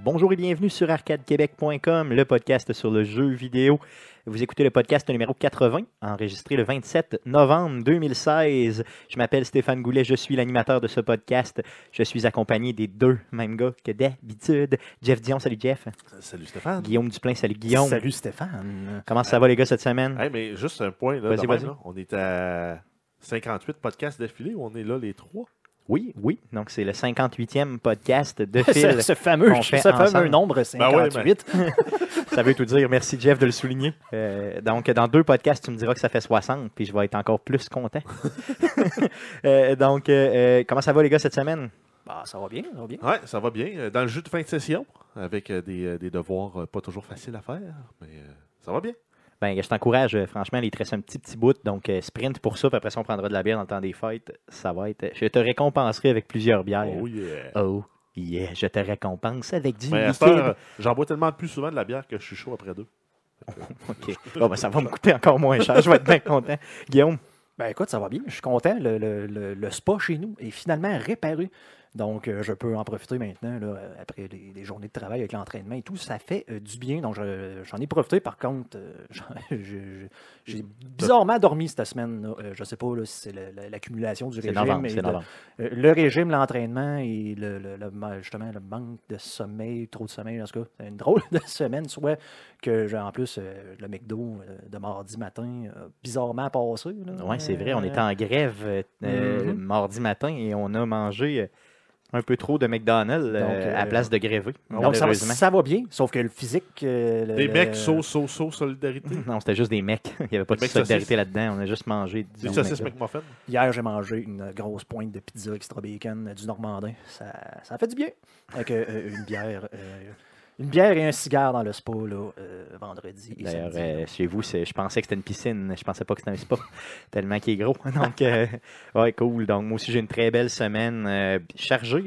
Bonjour et bienvenue sur arcadequebec.com, le podcast sur le jeu vidéo. Vous écoutez le podcast numéro 80, enregistré le 27 novembre 2016. Je m'appelle Stéphane Goulet, je suis l'animateur de ce podcast. Je suis accompagné des deux mêmes gars que d'habitude. Jeff Dion, salut Jeff. Salut Stéphane. Guillaume Duplain, salut Guillaume. Salut Stéphane. Comment ça va les gars cette semaine? Hey, mais juste un point, là, Vas-y. là, on est à 58 podcasts d'affilée où on est là les trois. Oui. Donc c'est le 58e podcast de fil. Ce fameux nombre 58. Ça veut tout dire. Merci Jeff de le souligner. Donc dans 2 podcasts, tu me diras que ça fait 60, puis je vais être encore plus content. Comment ça va les gars cette semaine? Bah, ça va bien. Oui, ça va bien. Dans le jeu de fin de session, avec des devoirs pas toujours faciles à faire, mais ça va bien. Ben, je t'encourage, franchement, il te reste un petit bout, donc sprint pour ça, puis après ça, on prendra de la bière dans le temps des fêtes. Ça va être... Je te récompenserai avec plusieurs bières. Oh yeah! Oh yeah, je te récompense avec du Mais liquide. j'en bois tellement plus souvent de la bière que je suis chaud après 2. OK. Bon, ben, ça va me coûter encore moins cher, je vais être bien content. Guillaume? Ben écoute, ça va bien. Je suis content. Le spa chez nous est finalement réparé. Donc, je peux en profiter maintenant, là, après les journées de travail avec l'entraînement et tout. Ça fait du bien. Donc, j'en ai profité. Par contre, j'ai bizarrement dormi cette semaine. Je ne sais pas là, si c'est l'accumulation du régime. C'est novembre. Le régime, l'entraînement et justement le manque de sommeil, trop de sommeil, en tout cas. C'est une drôle de semaine. Soit que j'ai en plus le McDo de mardi matin bizarrement passé. Oui, c'est vrai. On était en grève mardi matin et on a mangé... un peu trop de McDonald's à la place de gréver. Donc, ça va bien, sauf que le physique... des mecs, solidarité. Non, c'était juste des mecs. Il n'y avait pas de solidarité là-dedans. On a juste mangé... Des saucisses McMuffin. Hier, j'ai mangé une grosse pointe de pizza extra bacon du Normandin. Ça fait du bien. Avec une bière... Une bière et un cigare dans le spa là, vendredi et D'ailleurs, samedi. chez vous, je pensais que c'était une piscine. Je pensais pas que c'était un spa, tellement qu'il est gros. Donc, ouais, cool. Donc, moi aussi, j'ai une très belle semaine chargée.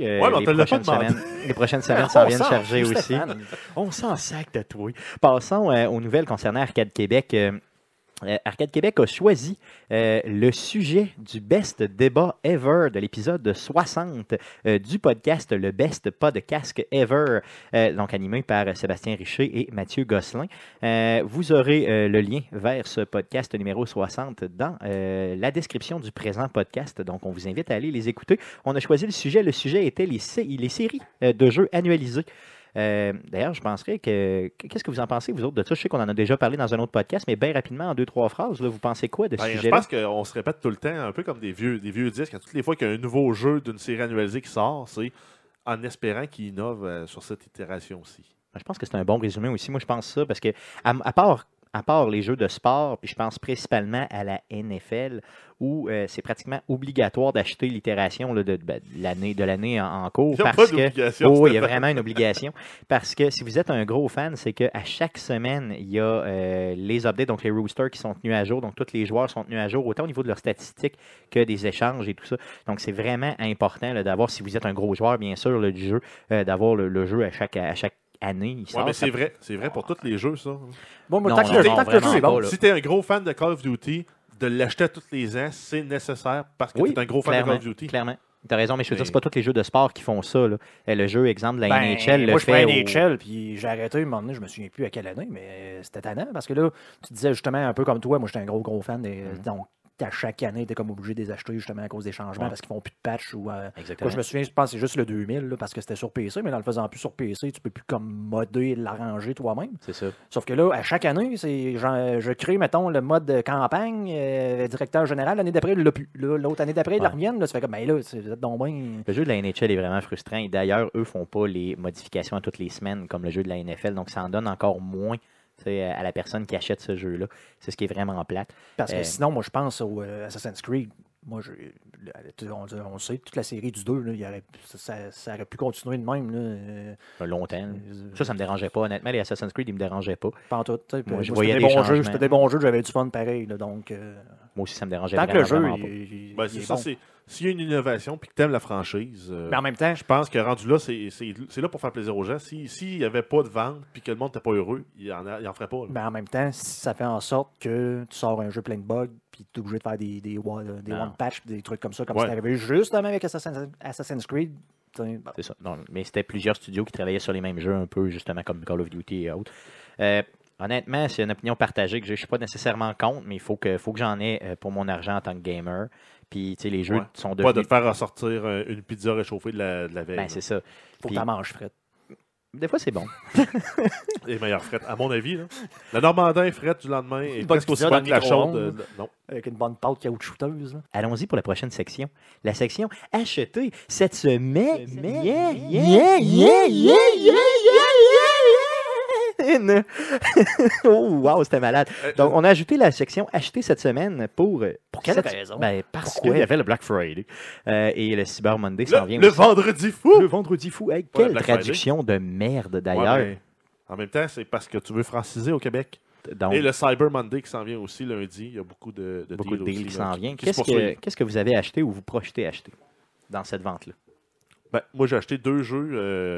Les prochaines semaines s'en viennent chargées aussi. Stéphane. On s'en sac de toi. Passons aux nouvelles concernant Arcade Québec. Arcade Québec a choisi le sujet du best débat ever de l'épisode 60 du podcast Le Best Podcast Ever, donc animé par Sébastien Richer et Mathieu Gosselin. Vous aurez le lien vers ce podcast numéro 60 dans la description du présent podcast, donc on vous invite à aller les écouter. On a choisi le sujet était les séries de jeux annualisées. D'ailleurs, je penserais que... Qu'est-ce que vous en pensez, vous autres, de ça? Je sais qu'on en a déjà parlé dans un autre podcast, mais bien rapidement, en 2-3 phrases, là, vous pensez quoi de ce sujet-là? Je pense qu'on se répète tout le temps, un peu comme des vieux disques. À toutes les fois qu'il y a un nouveau jeu d'une série annualisée qui sort, c'est en espérant qu'il innove sur cette itération aussi. Je pense que c'est un bon résumé aussi. Moi, je pense ça parce que, à part les jeux de sport, puis je pense principalement à la NFL, où c'est pratiquement obligatoire d'acheter l'itération là, de l'année en cours. Il y a pas d'obligation. Il y a vraiment une obligation. Parce que si vous êtes un gros fan, c'est qu'à chaque semaine, il y a les updates, donc les roosters qui sont tenus à jour. Donc, tous les joueurs sont tenus à jour, autant au niveau de leurs statistiques que des échanges et tout ça. Donc, c'est vraiment important là, d'avoir, si vous êtes un gros joueur, bien sûr, là, du jeu, d'avoir le jeu à chaque année. Oui, mais c'est vrai pour tous les jeux, ça. Bon, Non, tant que le jeu est bon. là. Si tu es un gros fan de Call of Duty, de l'acheter tous les ans, c'est nécessaire parce que tu es un gros fan de Call of Duty. Clairement. Tu as raison, mais je veux dire, c'est pas tous les jeux de sport qui font ça. Là. Le jeu, exemple, de la NHL, moi, le je fait. fais NHL, puis j'ai arrêté un moment donné, je me souviens plus à quelle année, mais c'était tannant, parce que là, tu disais justement un peu comme toi, moi, j'étais un gros fan, donc à chaque année, tu es comme obligé de les acheter justement à cause des changements, parce qu'ils font plus de patch. Exactement. Je me souviens, je pense que c'est juste le 2000, là, parce que c'était sur PC, mais en le faisant plus sur PC, tu peux plus comme modder et l'arranger toi-même. C'est ça. Sauf que là, à chaque année, je crée, mettons, le mode campagne, directeur général, l'année d'après, il l'a plus. L'autre année d'après, ils la reviennent, là, ça fait comme, ben là, vous êtes donc bien... Le jeu de la NHL est vraiment frustrant. Et d'ailleurs, eux font pas les modifications à toutes les semaines comme le jeu de la NFL, donc ça en donne encore moins à la personne qui achète ce jeu-là. C'est ce qui est vraiment plate. Parce que sinon, moi, je pense au Assassin's Creed. Moi, on sait, toute la série du 2, là, ça aurait pu continuer de même. Là, longtemps. Ça me dérangeait pas. Honnêtement, les Assassin's Creed, ils me dérangeaient pas. Pas en tout. Moi, je c'était voyais des des bons changements. jeux. C'était des bons jeux, j'avais du fun pareil. Là, donc, moi aussi, ça me dérangeait tant que le jeu, vraiment pas. C'est ça, c'est s'il y a une innovation puis que tu aimes la franchise, mais en même temps, je pense que rendu là, c'est là pour faire plaisir aux gens. S'il n'y avait pas de vente puis que le monde n'était pas heureux, il en ferait pas. Mais en même temps, si ça fait en sorte que tu sors un jeu plein de bugs puis tu es obligé de faire des one patch, des trucs comme ça, comme c'est arrivé justement avec Assassin's Creed, Bon. C'est ça. Non, mais c'était plusieurs studios qui travaillaient sur les mêmes jeux, un peu justement comme Call of Duty et autres. Honnêtement, c'est une opinion partagée que je ne suis pas nécessairement contre, mais il faut que j'en ai pour mon argent en tant que gamer. Puis, tu sais, les jeux sont devenus... Pas de te faire ressortir une pizza réchauffée de la veille. Ben, c'est ça. Faut que tu manges frette. Des fois, c'est bon. Les meilleures frettes, à mon avis. Là. La Normandin frette du lendemain est Une presque bonne aussi pizza bonne dans que la le micro-ondes. chaude. Non. Avec une bonne pâte caoutchouteuse. Là. Allons-y pour la prochaine section. La section acheter cette semaine. Oh, wow, c'était malade. Donc, on a ajouté la section acheter cette semaine pour quelle raison? Ben, parce Pourquoi? qu'il y avait le Black Friday. Et le Cyber Monday s'en vient Le aussi. vendredi fou! Le vendredi fou. Hey, quelle Black traduction de merde, d'ailleurs. Ouais, mais en même temps, c'est parce que tu veux franciser au Québec. Donc, Et le Cyber Monday qui s'en vient aussi lundi. Il y a beaucoup de beaucoup de deals deals aussi, qui là, s'en viennent. qui se poursuivent. Qu'est-ce que vous avez acheté ou vous projetez acheter dans cette vente-là? Ben, moi, j'ai acheté 2 jeux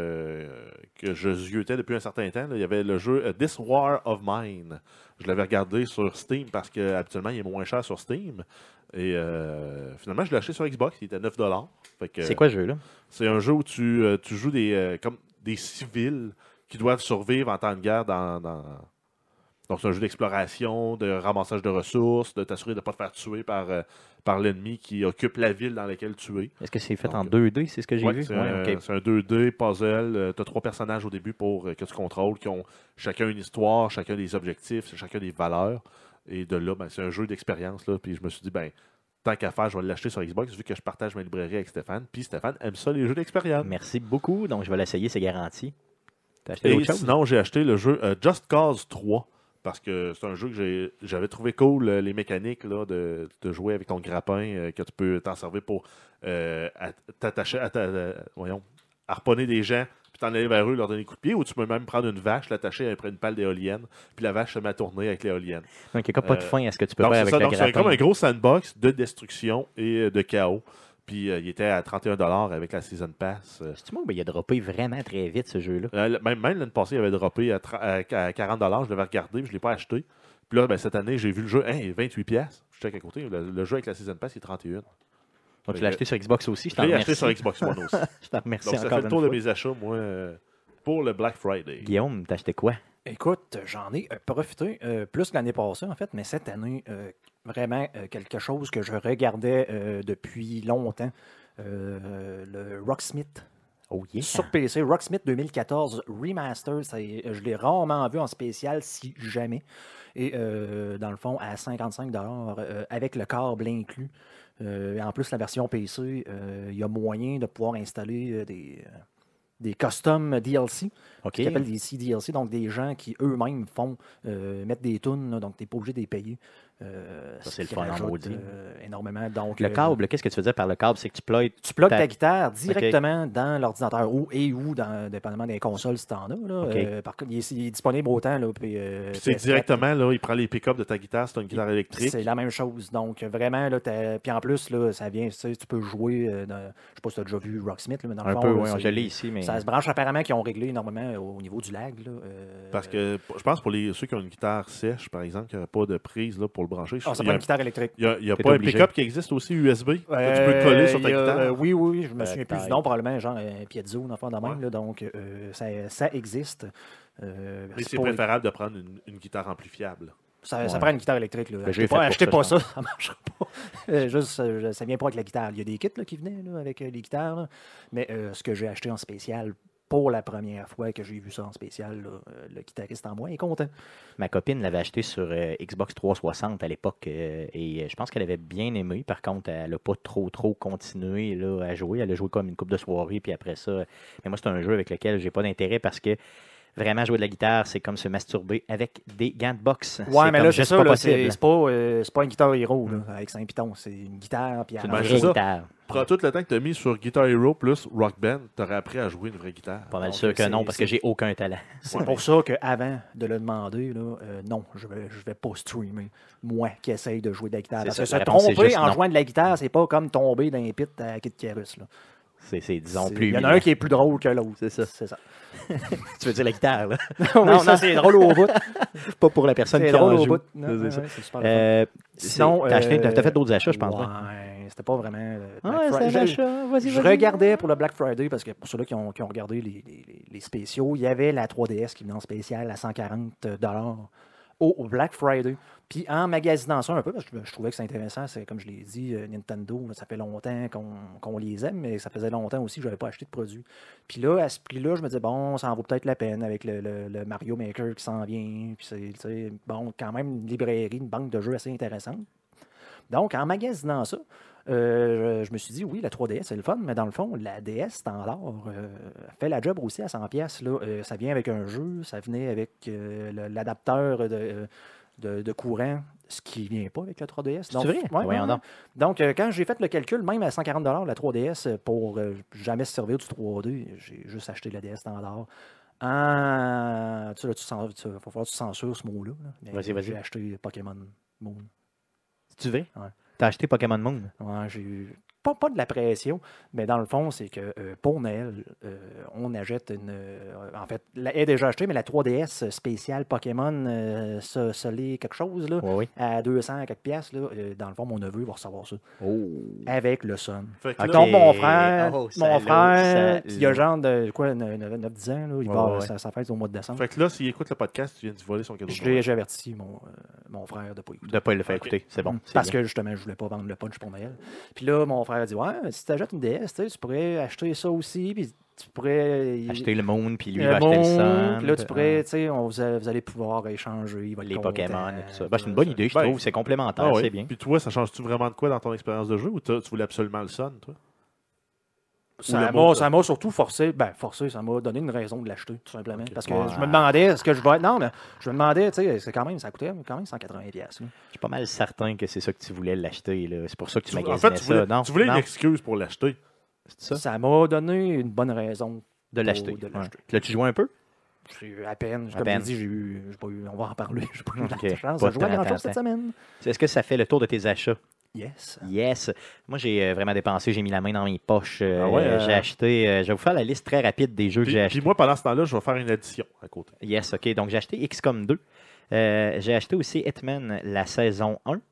que je ziotais depuis un certain temps. Là. Il y avait le jeu This War of Mine. Je l'avais regardé sur Steam parce qu'habituellement, il est moins cher sur Steam. Et finalement, je l'ai acheté sur Xbox. Il était 9 $. C'est quoi ce jeu-là? C'est un jeu où tu joues comme des civils qui doivent survivre en temps de guerre Donc, c'est un jeu d'exploration, de ramassage de ressources, de t'assurer de ne pas te faire tuer par l'ennemi qui occupe la ville dans laquelle tu es. Est-ce que c'est fait Donc, en 2D? C'est ce que j'ai Ouais, vu? c'est Ouais, ok. c'est un 2D puzzle. Tu as 3 personnages au début que tu contrôles qui ont chacun une histoire, chacun des objectifs, chacun des valeurs. Et de là, ben, c'est un jeu d'expérience. Là. Puis je me suis dit, ben, tant qu'à faire, je vais l'acheter sur Xbox vu que je partage ma librairie avec Stéphane. Puis Stéphane aime ça, les jeux d'expérience. Merci beaucoup. Donc, je vais l'essayer, c'est garanti. T'as acheté Et d'autres choses? sinon, j'ai acheté le jeu Just Cause 3. Parce que c'est un jeu que j'avais trouvé cool, les mécaniques là, de jouer avec ton grappin, que tu peux t'en servir pour t'attacher à harponner des gens, puis t'en aller vers eux, leur donner des coups de pied, ou tu peux même prendre une vache, l'attacher après une pale d'éolienne, puis la vache se met à tourner avec l'éolienne. Donc, il n'y a pas de fin à ce que tu peux Donc, faire c'est avec ça, le donc c'est grappin. comme un gros sandbox de destruction et de chaos. Puis il était à 31 $ avec la Season Pass. C'est-tu moi? Ben, il a droppé vraiment très vite, ce jeu-là. Même l'année passée, il avait droppé à 40 $. Je l'avais regardé, mais je ne l'ai pas acheté. Puis là, ben, cette année, j'ai vu le jeu, 28 $. Je check à côté. Le jeu avec la Season Pass, il est 31. Donc, tu l'as acheté sur Xbox aussi. Je Je t'en l'ai remercie. acheté sur Xbox One aussi. Je t'en remercie Donc, ça encore fait le une tour de fois. mes achats, moi, pour le Black Friday. Guillaume, t'as acheté quoi? Écoute, j'en ai profité plus que l'année passée, en fait, mais cette année, vraiment quelque chose que je regardais depuis longtemps. Le Rocksmith. Oh yeah! Sur PC, Rocksmith 2014 Remaster, je l'ai rarement vu en spécial, si jamais. Et dans le fond, à 55 $, avec le câble inclus. Et en plus, la version PC, il y a moyen de pouvoir installer des custom DLC, OK. qui appellent des CDLC, donc des gens qui eux-mêmes font mettre des tunes, donc tu n'es pas obligé de les payer. Ça, c'est le qui fun en rajoute, maudit. énormément. Donc, Le câble, qu'est-ce que tu veux dire par le câble? C'est que tu plugues tu plugues ta- ta guitare directement dans l'ordinateur ou dépendamment des consoles si tu en as. Là. OK. Par contre, il est disponible autant. Là, puis C'est PS4, directement, là, il prend les pick-up de ta guitare, c'est une guitare électrique. c'est la même chose. Donc, vraiment, là, puis en plus, là, ça vient, tu peux jouer. Je sais pas si tu as déjà vu Rocksmith, là, mais dans le un fond, peu, là, oui, c'est- je l'ai ici, mais ça se branche apparemment qui ont réglé énormément au niveau du lag. Là, Parce que je pense pour ceux qui ont une guitare sèche, par exemple, qui n'aura pas de prise là, pour le brancher. ça il y prend a, une guitare électrique. il y a T'es pas obligé. un pick-up qui existe aussi USB que tu peux coller sur ta Il y a, guitare. oui, je me souviens plus taille. du nom, probablement, genre un piezo, un enfant de même. Ouais. Là, donc, ça existe. Mais c'est pour- préférable de prendre une guitare amplifiable. Ça Ouais. prend une guitare électrique. Là. Ben, j'ai Achetez fait pas, pour ça, ça, ça marchera pas. Juste, ça vient pas avec la guitare. Il y a des kits là, qui venaient là, avec les guitares. Là. Mais ce que j'ai acheté en spécial, pour la première fois que j'ai vu ça en spécial, là, le guitariste en moi est content. ma copine l'avait acheté sur Xbox 360 à l'époque et je pense qu'elle avait bien aimé. Par contre, elle n'a pas trop continué là, à jouer. Elle a joué comme une couple de soirées, puis après ça. Mais moi, c'est un jeu avec lequel j'ai pas d'intérêt parce que vraiment jouer de la guitare, c'est comme se masturber avec des gants de boxe. Ouais, mais comme là, c'est juste ça. pas Là, possible. c'est pas une guitare héros là, avec 5 pitons. C'est une guitare. Puis C'est une Ben, vraie c'est ça. guitare. Prends tout le temps que tu as mis sur Guitar Hero plus Rock Band, tu aurais appris à jouer une vraie guitare. Pas mal Donc, sûr que c'est- non, parce que j'ai aucun talent. C'est pour ça qu'avant de le demander, là, non, je vais pas streamer. Moi qui essaye de jouer de la guitare. C'est Parce ça, que se la réponse, c'est tromper juste en non. jouant de la guitare, c'est pas comme tomber dans les pits à Kid Carus. Là. C'est disons, C'est- plus Il y en a humiliant. un qui est plus drôle que l'autre. C'est ça. C'est ça. Tu veux dire la guitare, là? Oui, ça, c'est drôle au bout. Pas pour la personne C'est qui en drôle au joue. bout. C'est ça. C'est super. le fun. Sinon, Sinon, t'as fait d'autres achats, je pense. Ouais, ouais. c'était pas vraiment Black Ouais, Friday. c'est un achat. Vas-y, Je vas-y. regardais pour le Black Friday, parce que pour ceux-là qui ont regardé les spéciaux, il y avait la 3DS qui venait en spécial à 140 au Black Friday. Puis en magasinant ça un peu, parce que je trouvais que c'est intéressant, c'est comme je l'ai dit, Nintendo, ça fait longtemps qu'on les aime, mais ça faisait longtemps aussi que je n'avais pas acheté de produits. Puis là, à ce prix-là, je me disais, bon, ça en vaut peut-être la peine avec le Mario Maker qui s'en vient. Puis c'est, tu sais, bon, quand même une librairie, une banque de jeux assez intéressante. Donc, en magasinant ça, je me suis dit, oui, la 3DS, c'est le fun, mais dans le fond, la DS standard fait la job aussi à 100$. Là. Ça vient avec un jeu, ça venait avec l'adapteur de courant, ce qui ne vient pas avec la 3DS. C'est vrai? Ouais, Voyons donc. Donc, quand j'ai fait le calcul, même à 140$, la 3DS, pour jamais se servir du 3D, j'ai juste acheté la DS standard. Tu sais, là, il va falloir que tu censures ce mot-là. Là. Mais Vas-y. J'ai acheté Pokémon Moon. C'est-tu vrai? Ouais. T'as acheté Pokémon Moon? Ouais, j'ai eu pas de la pression, mais dans le fond, c'est que pour Noël, on achète une. En fait, elle est déjà achetée, mais la 3DS spéciale Pokémon Soleil quelque chose, là, Oui. à 200 quelques piastres, là, dans le fond, mon neveu va recevoir ça. Oh. Avec le Sun. Fait que Ok. là, Donc, mon frère, Oh, salaud, il a genre de quoi, 9-10 ans, là, il va Ouais. ça fête au mois de décembre. fait que là, s'il écoute le podcast, tu viens de voler son cadeau. de Noël. J'ai averti mon frère de ne pas écouter. De pas le faire Ok. écouter. C'est bon. c'est Parce bien. que justement, je voulais pas vendre le punch pour Noël. Puis là, mon frère a dit, ouais, si tu achètes une DS, tu pourrais acheter ça aussi. Puis tu pourrais Acheter le Moon, puis lui, le va acheter le Moon, Sun. puis là, tu pourrais, tu sais, vous allez pouvoir échanger. Il va être Les content, Pokémon et tout ça. tout Ben, c'est une bonne idée, je Ben, trouve. C'est complémentaire, Ah ouais. c'est bien. Puis toi, ça change-tu vraiment de quoi dans ton expérience de jeu ou tu voulais absolument le Sun, toi? Ça m'a surtout forcé, ça m'a donné une raison de l'acheter, tout simplement. Ok. Parce que Ouais. je me demandais, est-ce que je vais. Non, mais je me demandais, tu sais, ça coûtait quand même 180$. Là. Je suis pas mal certain que c'est ça que tu voulais l'acheter. Là. C'est pour ça que tu En magasinais fait, tu voulais, ça. Non, tu voulais non, une excuse pour l'acheter. c'est ça? Ça m'a donné une bonne raison De l'acheter. de Ouais. l'acheter. L'as-tu joué un peu? J'ai à peine, À comme peine. j'ai dit, j'ai pas eu, on va en parler, j'ai pas eu Ok, la chance pas de jouer à tant, grand-chose tant, cette semaine. Est-ce que ça fait le tour de tes achats? Yes. Yes. Moi, j'ai vraiment dépensé. J'ai mis la main dans mes poches. Ah ouais, J'ai acheté. Je vais vous faire la liste très rapide des jeux que Puis, j'ai puis achetés. moi, pendant ce temps-là, je vais faire une addition à côté. Yes, OK. Donc, j'ai acheté XCOM 2. J'ai acheté aussi Hitman, la saison 1.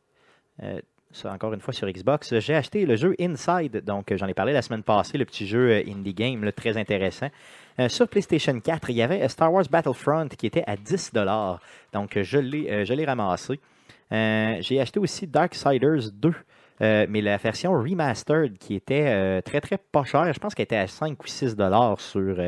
Ça, encore une fois, sur Xbox. J'ai acheté le jeu Inside. Donc, j'en ai parlé la semaine passée, le petit jeu indie game, là, très intéressant. Sur PlayStation 4, il y avait Star Wars Battlefront qui était à 10$. Donc, je l'ai ramassé. J'ai acheté aussi Darksiders 2. Mais la version remastered qui était très très pas chère, je pense qu'elle était à 5 ou 6$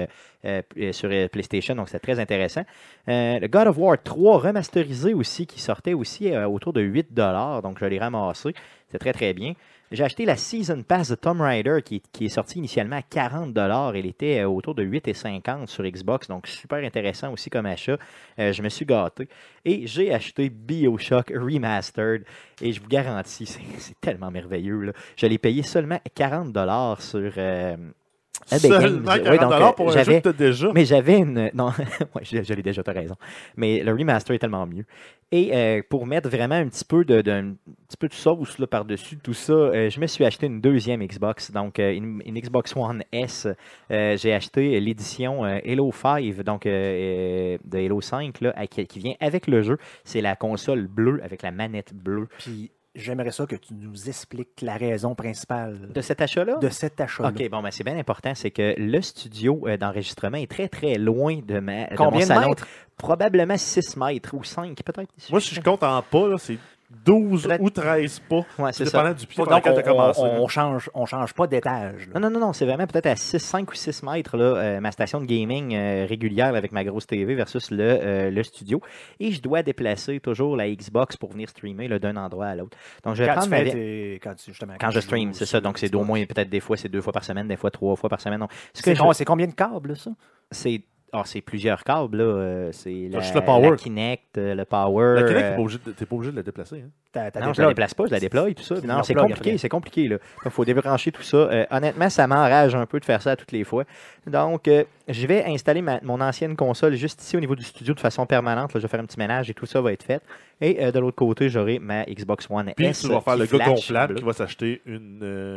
sur PlayStation, donc c'était très intéressant. Le God of War 3 remasterisé aussi, qui sortait aussi autour de 8$, donc je l'ai ramassé. C'était très très bien. J'ai acheté la Season Pass de Tomb Raider qui est sortie initialement à 40$. Elle était autour de 8,50$ sur Xbox, donc super intéressant aussi comme achat. Je me suis gâté. Et j'ai acheté BioShock Remastered. Et je vous garantis, c'est tellement merveilleux. Là. Je l'ai payé seulement 40$ sur Epic Games. Seulement Ouais, 40$ donc, pour un jeu que t'as déjà. mais j'avais une. Non, ouais, je l'ai déjà, tu as raison. Mais le remaster est tellement mieux. Et pour mettre vraiment un petit peu de sauce là, par-dessus tout ça, je me suis acheté une deuxième Xbox. Donc, une Xbox One S. J'ai acheté l'édition Halo 5, donc de Halo 5, là, qui vient avec le jeu. C'est la console bleue avec la manette bleue. Puis j'aimerais ça que tu nous expliques la raison principale De cet achat-là? de cet achat-là. OK, bon, ben, c'est bien important. C'est que le studio d'enregistrement est très, très loin de mon Combien de salon. mètres? Probablement 6 mètres ou 5, peut-être. Moi, si je compte en pas, là, c'est 12 Peut-être- ou 13 pas. Ouais, c'est dépendant ça. du pied par Donc, lequel tu as commencé. on change pas d'étage. là. Non, c'est vraiment peut-être à 5 ou 6 mètres, là, ma station de gaming régulière avec ma grosse TV versus le studio. Et je dois déplacer toujours la Xbox pour venir streamer là, d'un endroit à l'autre. Donc, je vais Quand prendre tu ma fais vi- justement, Quand je tu stream, joues c'est sur ça. Donc, c'est Xbox. d'au moins, peut-être des fois, c'est 2 fois par semaine, des fois 3 fois par semaine. Donc, C'est combien de câbles, ça? c'est plusieurs câbles. Là. C'est juste le power. la Kinect, le Power. La Kinect, t'es pas obligé de la déplacer. Hein? Non, je la déplace pas, je la déploie, tout ça. Tu Non, la c'est replugues compliqué, après. c'est compliqué. Là. Il faut débrancher tout ça. Honnêtement, ça m'enrage un peu de faire ça toutes les fois. Donc, je vais installer mon ancienne console juste ici au niveau du studio de façon permanente. Là, je vais faire un petit ménage et tout ça va être fait. Et de l'autre côté, j'aurai ma Xbox One Puis S. tu vas faire qui le gars flash gonflable bleu. qui va s'acheter une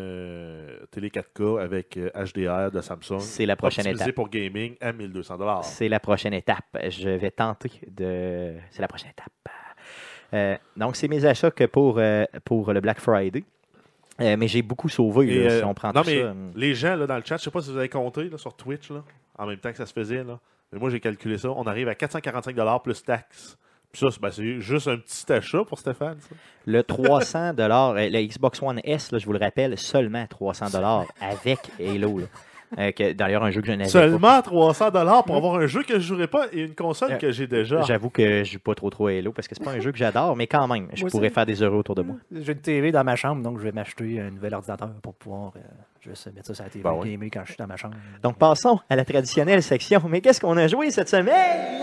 télé 4K avec HDR de Samsung. C'est la prochaine optimisée étape. pour gaming à 1200$. C'est la prochaine étape. Je vais tenter de... C'est la prochaine étape. Donc, c'est mes achats que pour le Black Friday. Mais j'ai beaucoup sauvé, Et, là, si on prend non, tout mais ça. les gens là, dans le chat, je sais pas si vous avez compté là, sur Twitch, là, en même temps que ça se faisait. Là. Mais moi, j'ai calculé ça. On arrive à 445$ plus taxes. Puis ça, c'est juste un petit achat pour Stéphane. Ça. Le 300$, le Xbox One S, là, je vous le rappelle, seulement 300$ avec Halo. Là. D'ailleurs, un jeu que je n'avais pas. Seulement 300$ pour avoir un jeu que je jouerais pas et une console que j'ai déjà. J'avoue que je joue pas trop Halo parce que c'est pas un jeu que j'adore, mais quand même, je Moi pourrais aussi. faire des heureux autour de moi. J'ai une TV dans ma chambre, donc je vais m'acheter un nouvel ordinateur pour pouvoir juste mettre ça sur la TV Ben oui. gamer quand je suis dans ma chambre. Donc, passons à la traditionnelle section. Mais qu'est-ce qu'on a joué cette semaine?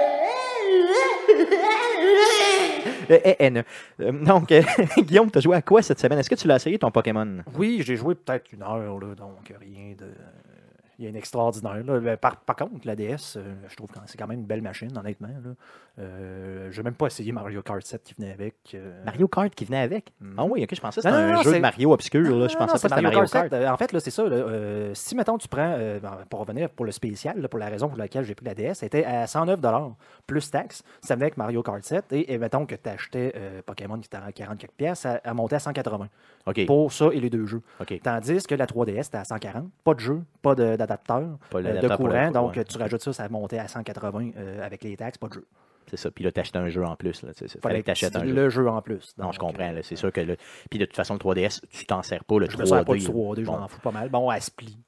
Donc, Guillaume, tu as joué à quoi cette semaine? Est-ce que tu l'as essayé ton Pokémon? Oui, j'ai joué peut-être 1 heure, là, donc rien de extraordinaire. Là. Par contre, la DS, je trouve que c'est quand même une belle machine, honnêtement. Je n'ai même pas essayé Mario Kart 7 qui venait avec. Mario Kart qui venait avec? Ah oui, ok, je pensais que c'était Non, un non, jeu de c'est- Mario obscur. Là. Je Non, pensais non, pas que c'est c'était Mario Kart. 7. En fait, là, c'est ça. Là, si, mettons, tu prends, pour revenir pour le spécial, là, pour la raison pour laquelle j'ai pris la DS, c'était à 109$ plus taxes. Ça venait avec Mario Kart 7. Et mettons que tu achetais Pokémon qui était à 40 quelques piastres, elle montait à 180 Ok, pour ça et les deux jeux. ok. Tandis que la 3DS, c'était à 140. Pas de jeu, pas d'adapteur Pas de l'adaptateur pour courant. le- Donc, ouais. tu rajoutes ça, ça montait à 180 avec les taxes, pas de jeu. C'est ça. Puis là, tu achètes un jeu en plus. Il fallait que tu achètes un jeu. le jeu en plus. Non, Donc, je comprends. Là, c'est sûr que. Puis de toute façon, le 3DS, tu t'en sers pas. Le je 3D. me sers pas du 3D, je Bon. m'en fous pas mal. Bon, elle se plie.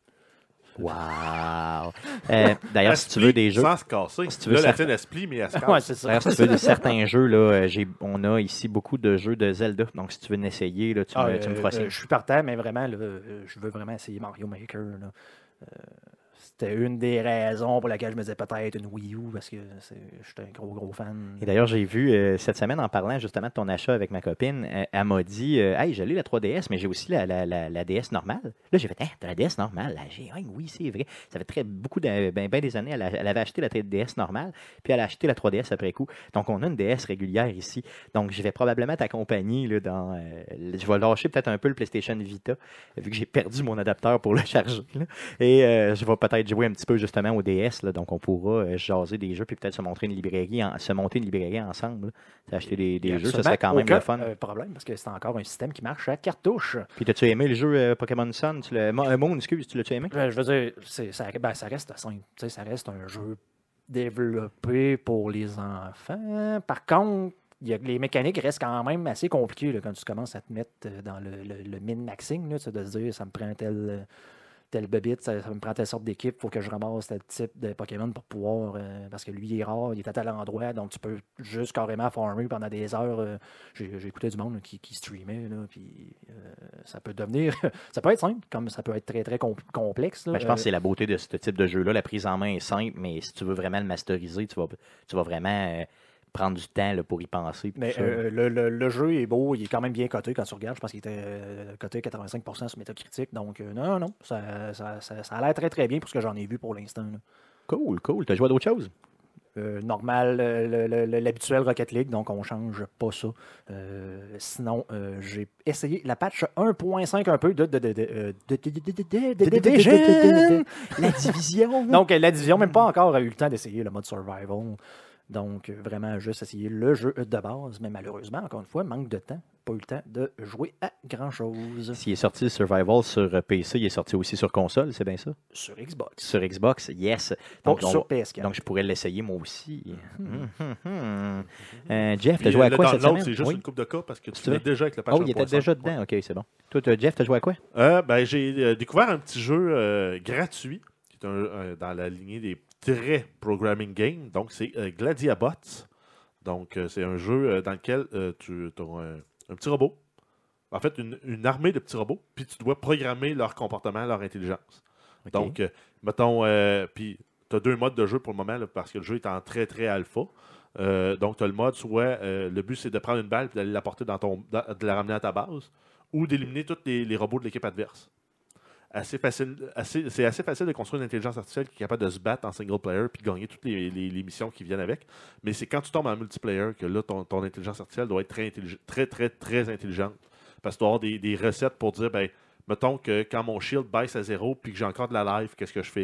Wow! D'ailleurs, Elle si se tu veux plie des jeux. sans se casser. Si tu veux là, la certains- tienne, elle se plie, mais elle se casse. Ouais, c'est ça. D'ailleurs, si tu veux de certains jeux, là, on a ici beaucoup de jeux de Zelda. Donc, si tu veux en essayer, là, tu me feras signe. Je suis partant, mais vraiment, là, je veux vraiment essayer Mario Maker. Là. C'était une des raisons pour laquelle je me disais peut-être une Wii U, parce que j'étais un gros fan. Et d'ailleurs, j'ai vu cette semaine, en parlant justement de ton achat avec ma copine, elle m'a dit Hey, j'ai lu la 3DS, mais j'ai aussi la DS normale. Là, j'ai fait t'as la DS normale? Oui, c'est vrai. Ça fait beaucoup ben des années, elle avait acheté la DS normale, puis elle a acheté la 3DS après coup. Donc, on a une DS régulière ici. Donc, je vais probablement t'accompagner là, dans. Je vais lâcher peut-être un peu le PlayStation Vita, vu que j'ai perdu mon adapteur pour le charger. Là. Et je vais peut-être jouer un petit peu justement au DS. Là, donc, on pourra jaser des jeux, puis peut-être se monter une librairie ensemble. Là. Acheter des jeux, ça serait quand même le fun. Problème, parce que c'est encore un système qui marche à cartouche. Puis, t'as-tu aimé le jeu Pokémon Sun? Moon, excuse, tu l'as-tu aimé? Je veux dire, ça reste simple. Tu sais, ça reste un jeu développé pour les enfants. Par contre, les mécaniques restent quand même assez compliquées là, quand tu commences à te mettre dans le min-maxing, là, de se dire ça me prend tel bébite, ça me prend telle sorte d'équipe, il faut que je ramasse tel type de Pokémon pour pouvoir, parce que lui il est rare, il est à tel endroit, donc tu peux juste carrément farmer pendant des heures. J'ai écouté du monde là, qui streamait, là, puis ça peut devenir, ça peut être simple, comme ça peut être très très complexe. Là. Ben, je pense que c'est la beauté de ce type de jeu-là. La prise en main est simple, mais si tu veux vraiment le masteriser, tu vas vraiment prendre du temps là, pour y penser. Mais le jeu est beau, il est quand même bien coté quand tu regardes. Je pense qu'il était coté 85% sur Metacritic. Donc, non, ça a l'air très très bien pour ce que j'en ai vu pour l'instant. Là. Cool. Tu as joué à d'autres choses? Normal, l'habituel Rocket League, donc on change pas ça. Sinon, j'ai essayé la patch 1.5 un peu de Division. La division. Donc, la division, même pas encore eu le temps d'essayer le mode survival. Donc, vraiment, juste essayer le jeu de base, mais malheureusement, encore une fois, manque de temps. Pas eu le temps de jouer à grand-chose. S'il est sorti Survival sur PC, il est sorti aussi sur console, c'est bien ça? Sur Xbox. Sur Xbox, yes. Donc, sur PS4. Donc, je pourrais l'essayer moi aussi. Jeff, t'as joué à quoi cette semaine? C'est juste Oui? une coupe de cas parce que tu C'est l'as vrai? déjà avec le patch Oh, il était 1.5. déjà dedans. OK, c'est bon. Toi, Jeff, t'as joué à quoi? J'ai découvert un petit jeu gratuit qui est dans la lignée des très programming games. Donc, c'est Gladiabots. Donc, c'est un jeu dans lequel tu as un petit robot. En fait, une armée de petits robots. Puis, tu dois programmer leur comportement, leur intelligence. OK. Donc, mettons, puis tu as 2 modes de jeu pour le moment là, parce que le jeu est en très, très alpha. Donc, tu as le mode, soit le but, c'est de prendre une balle et d'aller la porter de la ramener à ta base ou d'éliminer tous les robots de l'équipe adverse. C'est assez facile de construire une intelligence artificielle qui est capable de se battre en single player puis de gagner toutes les missions qui viennent avec. Mais c'est quand tu tombes en multiplayer que là, ton intelligence artificielle doit être très intelligente. Parce que tu dois avoir des recettes pour dire, ben, mettons que quand mon shield baisse à 0 puis que j'ai encore de la life, qu'est-ce que je fais?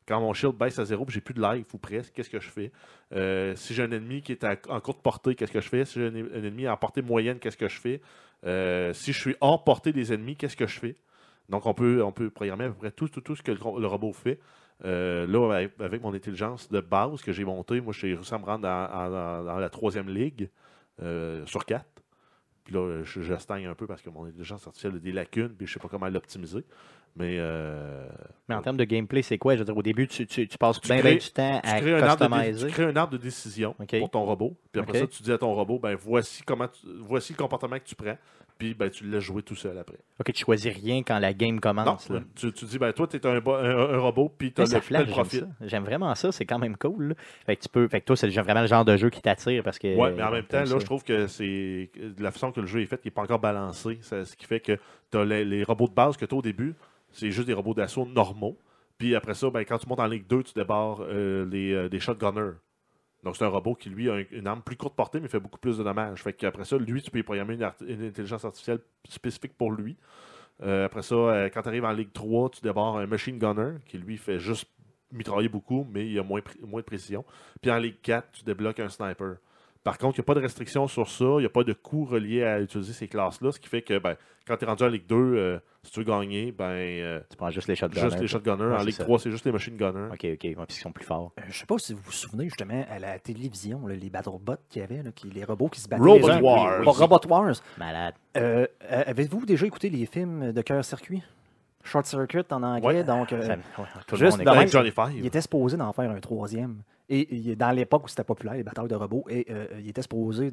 Quand mon shield baisse à 0 et j'ai plus de life ou presque, qu'est-ce que je fais? Si j'ai un ennemi qui est en courte portée, qu'est-ce que je fais? Si j'ai un ennemi en portée moyenne, qu'est-ce que je fais? Si je suis hors portée des ennemis, qu'est-ce que je fais? Donc, on peut programmer à peu près tout ce que le robot fait. Là, avec mon intelligence de base que j'ai montée, moi, j'ai réussi à me rendre dans la 3e ligue sur 4. Puis là, je stagne un peu parce que mon intelligence artificielle a des lacunes, puis je ne sais pas comment l'optimiser. Mais en termes de gameplay, c'est quoi? Je veux dire, au début, tu passes bien du temps à tu customiser. tu crées un arbre de décision pour ton robot. Puis après ça, tu dis à ton robot, ben voici le comportement que tu prends. Puis ben, tu le laisses jouer tout seul après. OK, tu choisis rien quand la game commence. Non, tu dis, ben toi, tu es un robot, puis tu as le profit. J'aime vraiment ça, c'est quand même cool. Là. Fait que toi, c'est vraiment le genre de jeu qui t'attire parce que. Oui, mais en même temps, là, je trouve que c'est de la façon que le jeu est fait, il n'est pas encore balancé. Ce qui fait que tu as les robots de base que tu as au début, c'est juste des robots d'assaut normaux. Puis après ça, ben, quand tu montes en Ligue 2, tu débarres des shotgunners. Donc, c'est un robot qui, lui, a une arme plus courte portée, mais fait beaucoup plus de dommages. Fait qu'après ça, lui, tu peux y programmer une intelligence artificielle spécifique pour lui. Après ça, quand tu arrives en Ligue 3, tu débarres un machine gunner qui, lui, fait juste mitrailler beaucoup, mais il a moins de précision. Puis en Ligue 4, tu débloques un sniper. Par contre, il n'y a pas de restriction sur ça. Il n'y a pas de coût relié à utiliser ces classes-là. Ce qui fait que ben, quand tu es rendu en Ligue 2, si tu veux gagner, tu prends juste les shotgunners. Juste les shotgunners. En Ligue 3, c'est juste les machine gunners. OK. Ouais, puis ils sont plus forts. Je ne sais pas si vous vous souvenez justement à la télévision, là, les BattleBots qu'il y avait, là, les robots qui se battaient. Robot Wars. Robot Wars. Malade. Avez-vous déjà écouté les films de Cœur-Circuit? Short Circuit en anglais, donc tout juste le de monde même, Johnny Five. il était supposé d'en faire un 3e. Et dans l'époque où c'était populaire, les batailles de robots, il était supposé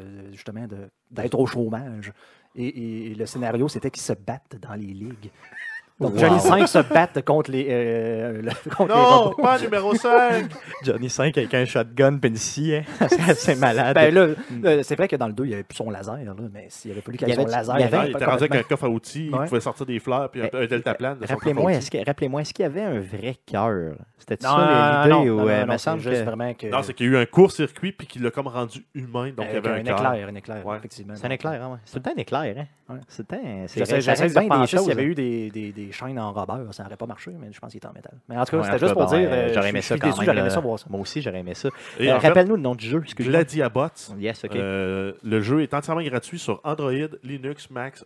d'être au chômage. Et le scénario, c'était qu'ils se battent dans les ligues. Donc, Johnny 5 se battent contre les robots. Pas numéro 5! Johnny 5 avec un shotgun puis une scie, hein? C'est malade. Ben là, c'est vrai que dans le 2, il n'y avait plus son laser, là, mais s'il avait fallu qu'il y ait son laser, il était rendu avec un coffre à outils, il pouvait sortir des fleurs puis un deltaplane. Rappelez-moi, est-ce qu'il y avait un vrai cœur? C'était ça l'idée? Non, c'est juste vraiment que... Non, c'est qu'il y a eu un court-circuit puis qu'il l'a comme rendu humain, donc il y avait un éclair. Un éclair, effectivement. C'est un éclair, hein? C'est tout le temps un éclair, hein? J'essaie de penser s'il y avait eu des chaînes en rubber, ça n'aurait pas marché, mais je pense qu'il était en métal. Mais en tout cas, c'était juste pour dire, j'aurais aimé ça quand même. J'aurais aimé ça voir ça. Moi aussi, j'aurais aimé ça. Rappelle-nous le nom du jeu. Gladiabots. Yes, OK. Le jeu est entièrement gratuit sur Android, Linux, Mac,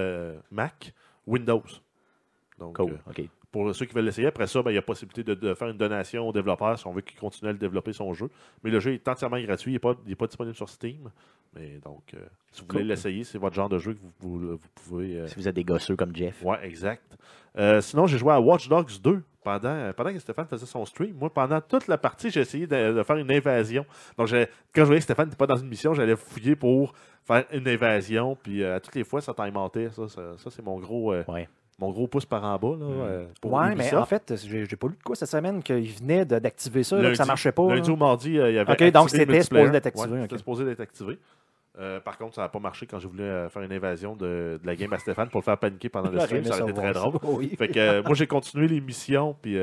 Windows. Donc, cool, OK. Pour ceux qui veulent l'essayer, après ça, il y a possibilité de faire une donation aux développeurs si on veut qu'ils continuent à développer son jeu. Mais le jeu est entièrement gratuit, il n'est pas disponible sur Steam. Mais donc, si vous voulez l'essayer, c'est votre genre de jeu que vous pouvez... Si vous êtes des gosseux comme Jeff. Ouais, exact. Sinon, j'ai joué à Watch Dogs 2 pendant que Stéphane faisait son stream. Moi, pendant toute la partie, j'ai essayé de faire une invasion. Donc, quand je voyais que Stéphane n'était pas dans une mission, j'allais fouiller pour faire une invasion. Puis, à toutes les fois, ça timeoutait. Ça c'est mon gros... Mon gros pouce par en bas. Oui, mais en fait, j'ai pas lu de quoi cette semaine qu'il venait d'activer ça, que ça marchait pas. Lundi ou mardi, il y avait. OK, donc c'était supposé d'être activé. C'était supposé d'être activé. Par contre, ça n'a pas marché quand je voulais faire une invasion de la game à Stéphane pour le faire paniquer pendant le stream. Ça aurait été très drôle. Fait que moi, j'ai continué les missions. Puis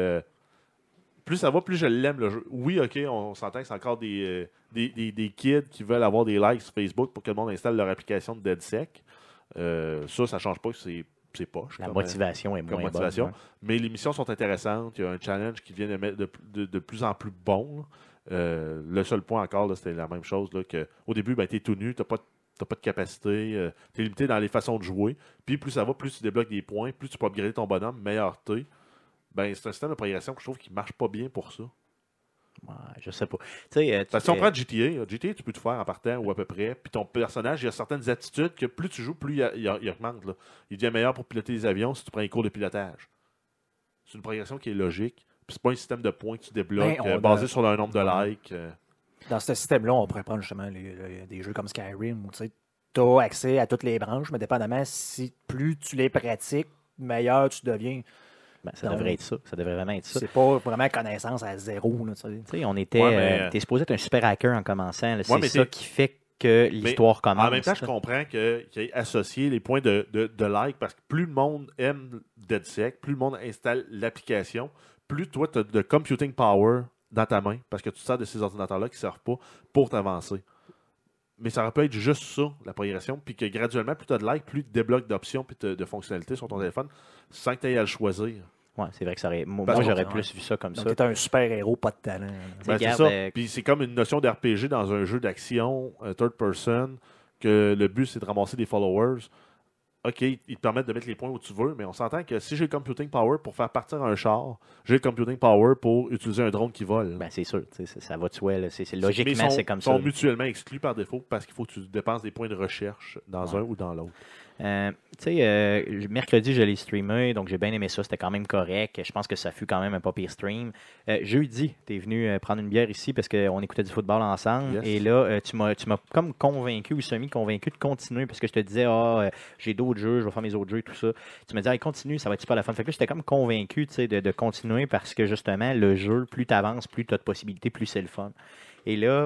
plus ça va, plus je l'aime le jeu. Oui, OK, on s'entend que c'est encore des kids qui veulent avoir des likes sur Facebook pour que le monde installe leur application de DeadSec. Ça change pas. C'est poche. La motivation est moins bonne. Ouais. Mais les missions sont intéressantes. Il y a un challenge qui vient de plus en plus bon. Le seul point encore, là, c'était la même chose. Là, que, au début, tu es tout nu, tu n'as pas de capacité, tu es limité dans les façons de jouer. Puis plus ça va, plus tu débloques des points, plus tu peux upgrader ton bonhomme, meilleur t'es. C'est un système de progression que je trouve qui ne marche pas bien pour ça. Ouais, je sais pas. Si on prend GTA, tu peux tout faire en partant ou à peu près. Puis ton personnage, il y a certaines attitudes que plus tu joues, plus il augmente. Là. Il devient meilleur pour piloter les avions si tu prends un cours de pilotage. C'est une progression qui est logique. Puis c'est pas un système de points que tu débloques basé sur le nombre de likes. Dans ce système-là, on pourrait prendre justement des jeux comme Skyrim où tu as accès à toutes les branches, mais dépendamment si plus tu les pratiques, meilleur tu deviens. Ça devrait être ça. Ça devrait vraiment être ça. C'est pas vraiment connaissance à zéro. Là, on était. T'es supposé être un super hacker en commençant. Là, c'est ça qui fait que l'histoire commence. En même temps, je comprends qu'il ait associé les points de like parce que plus le monde aime DeadSec, plus le monde installe l'application, plus toi, tu as de computing power dans ta main parce que tu sers de ces ordinateurs-là qui ne servent pas pour t'avancer. Mais ça aurait pu être juste ça, la progression, puis que graduellement, plus tu as de likes, plus tu débloques d'options et de fonctionnalités sur ton téléphone sans que tu aies à le choisir. Ouais, c'est vrai que ça aurait. Moi, Parce que- j'aurais ouais. plus vu ça comme Donc, ça. t'es un super-héros, pas de talent. Ben, c'est Regarde, ça. Puis c'est comme une notion d'RPG dans un jeu d'action, third person, que le but c'est de ramasser des followers. OK, ils te permettent de mettre les points où tu veux, mais on s'entend que si j'ai le computing power pour faire partir un char, j'ai le computing power pour utiliser un drone qui vole. Ben, c'est sûr, ça va de soi. Là. Mais Logiquement, c'est comme ils ça. sont mutuellement exclus par défaut parce qu'il faut que tu dépenses des points de recherche dans Ouais. un ou dans l'autre. Mercredi, je l'ai streamé, donc j'ai bien aimé ça. C'était quand même correct. Je pense que ça fut quand même un pas pire stream. Jeudi, tu es venu prendre une bière ici parce qu'on écoutait du football ensemble. Yes. Et là, tu m'as comme convaincu ou semi-convaincu de continuer parce que je te disais, j'ai d'autres jeux, je vais faire mes autres jeux et tout ça. Tu me disais, continue, ça va être super la fun. Fait que là, j'étais comme convaincu de continuer parce que justement, le jeu, plus tu avances, plus tu as de possibilités, plus c'est le fun. Et là,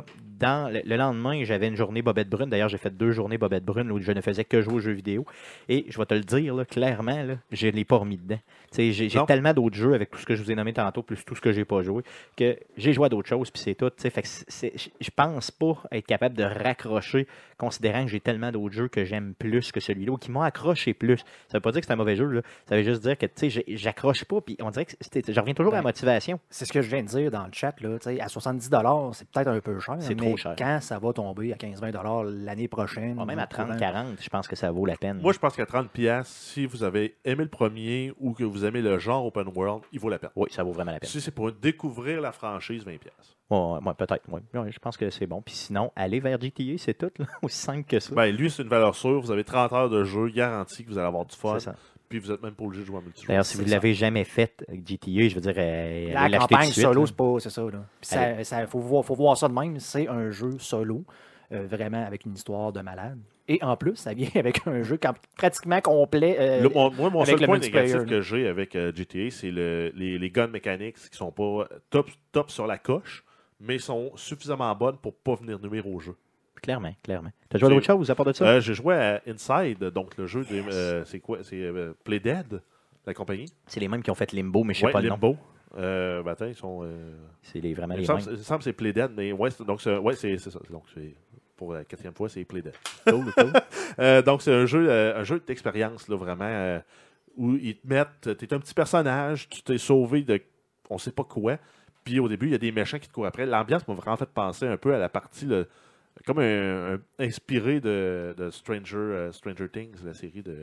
le lendemain, j'avais une journée Bobette Brune. D'ailleurs, j'ai fait 2 journées Bobette Brune où je ne faisais que jouer aux jeux vidéo. Et je vais te le dire, là, clairement, là, je ne l'ai pas remis dedans. J'ai Non. tellement d'autres jeux avec tout ce que je vous ai nommé tantôt, plus tout ce que j'ai pas joué, que j'ai joué à d'autres choses, puis c'est tout. Fait que je pense pas être capable de raccrocher, considérant que j'ai tellement d'autres jeux que j'aime plus que celui-là, ou qui m'ont accroché plus. Ça veut pas dire que c'est un mauvais jeu, là. Ça veut juste dire que j'accroche pas, puis on dirait que je reviens toujours à la motivation. C'est ce que je viens de dire dans le chat. Là, à 70 c'est peut-être un peu cher. C'est mais trop cher. Quand ça va tomber à 15-20 l'année prochaine. Même à au courant- 30-40, je pense que ça vaut la peine. Moi, je pense qu'à 30$, si vous avez aimé le premier ou que vous aimez le genre open world, il vaut la peine. Oui, ça vaut vraiment la peine. Si c'est pour découvrir la franchise, 20$. Ouais, peut-être. Ouais, je pense que c'est bon. Puis sinon, aller vers GTA, c'est tout. Là. Aussi simple que ça. Ben, lui, c'est une valeur sûre. Vous avez 30 heures de jeu, garanti que vous allez avoir du fun. C'est ça. Puis vous n'êtes même pas obligé de jouer en multijoueur. D'ailleurs, si vous ne l'avez jamais fait, GTA, je veux dire, allez La l'acheter tout campagne de suite, solo, là. c'est ça. Là. Puis faut voir ça de même. C'est un jeu solo, vraiment avec une histoire de malade. Et en plus, ça vient avec un jeu pratiquement complet. Moi, mon avec seul le point multiplayer, négatif là. que j'ai avec GTA, c'est les gun mechanics qui sont pas top sur la coche, mais sont suffisamment bonnes pour pas venir nuire au jeu. Clairement. T'as joué à d'autres choses à part de ça? J'ai joué à Inside, donc le jeu c'est quoi? C'est Playdead, la compagnie. C'est les mêmes qui ont fait Limbo, mais je sais pas le nom. Limbo. Attends, ils sont. C'est vraiment Il les me mêmes. semble que c'est Playdead, mais ouais, c'est ça. Donc, pour la 4e fois, c'est Playdead. Cool. Donc, c'est un jeu d'expérience, là, vraiment, où ils te mettent. T'es un petit personnage, tu t'es sauvé de on sait pas quoi. Puis au début, il y a des méchants qui te courent après. L'ambiance m'a vraiment fait penser un peu à la partie, comme inspiré de Stranger Things, la série de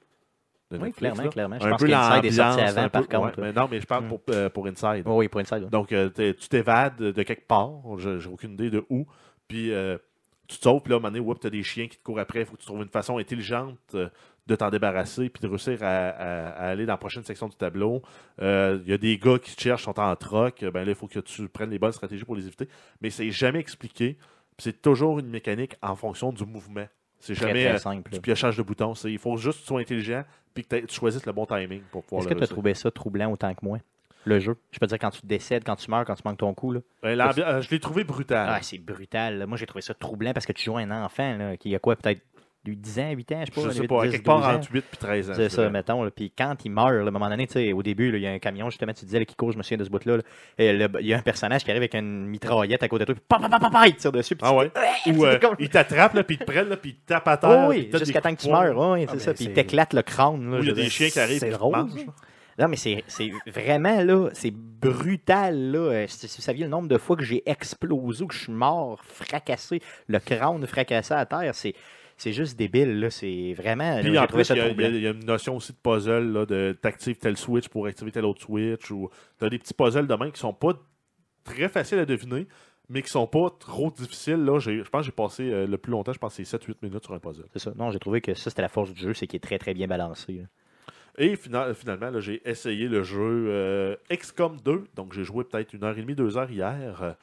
Oui, Netflix, clairement. Je un pense peu qu'Inside est sorti l'ambiance, avant, un peu, par contre. ouais, mais non, mais je parle pour Inside. Oui, pour Inside. Donc, tu t'évades de quelque part, j'ai aucune idée de où, puis tu te sauves, puis là, à un moment donné, tu as des chiens qui te courent après, il faut que tu trouves une façon intelligente de t'en débarrasser, puis de réussir à aller dans la prochaine section du tableau. Il y a des gars qui te cherchent, sont en troc, ben là, il faut que tu prennes les bonnes stratégies pour les éviter, mais c'est jamais expliqué, puis c'est toujours une mécanique en fonction du mouvement. C'est Très, jamais très simple. du piochage de boutons, il faut juste que tu sois intelligent, puis que tu choisisses le bon timing pour pouvoir Est-ce le que tu as réussir. trouvé ça troublant autant que moi? Le jeu. Je peux dire quand tu décèdes, quand tu meurs, quand tu manques ton coup. Là. Je l'ai trouvé brutal. Ah, c'est brutal. Là. Moi, j'ai trouvé ça troublant parce que tu joues un enfant là, qui a quoi, peut-être 10 ans, 8 ans, je sais pas. Je sais 8, pas, 10, quelque part 12 ans. entre 8 puis 13 ans. C'est je ça, dirais. mettons. Là. Puis quand il meurt, là, à un moment donné, tu sais, au début, là, il y a un camion, justement, tu disais, là, qui court, je me souviens de ce bout-là. Là. Et il y a un personnage qui arrive avec une mitraillette à côté de toi, puis il tire dessus. Puis Ah ouais? Ou il t'attrape, là, puis il te prenne, là, puis il te tape à terre. Oh, puis il oui, te donne jusqu'à des temps que tu coups de meurs. poing. Oui, c'est ça. Puis il t'éclate le crâne. Là, Ou il y a je veux des dire, chiens qui arrivent c'est et qui te drôle, mangent. ça. Non, mais c'est vraiment, là, c'est brutal, là. Si vous saviez le nombre de fois que j'ai explosé ou que je suis mort, fracassé, le crâne fracassé à terre, c'est juste débile, là. C'est vraiment. Puis là, en j'ai trouvé plus, ça il troublant. y a une notion aussi de puzzle, là, de t'actives tel switch pour activer tel autre switch. Ou t'as des petits puzzles de main qui sont pas très faciles à deviner, mais qui sont pas trop difficiles. Là, je pense que j'ai passé le plus longtemps, je pense que c'est 7-8 minutes sur un puzzle. C'est ça. Non, j'ai trouvé que ça, c'était la force du jeu, c'est qu'il est très, très bien balancé. Là. Et finalement, là, j'ai essayé le jeu XCOM 2. Donc, j'ai joué peut-être 1h30, 2 heures hier.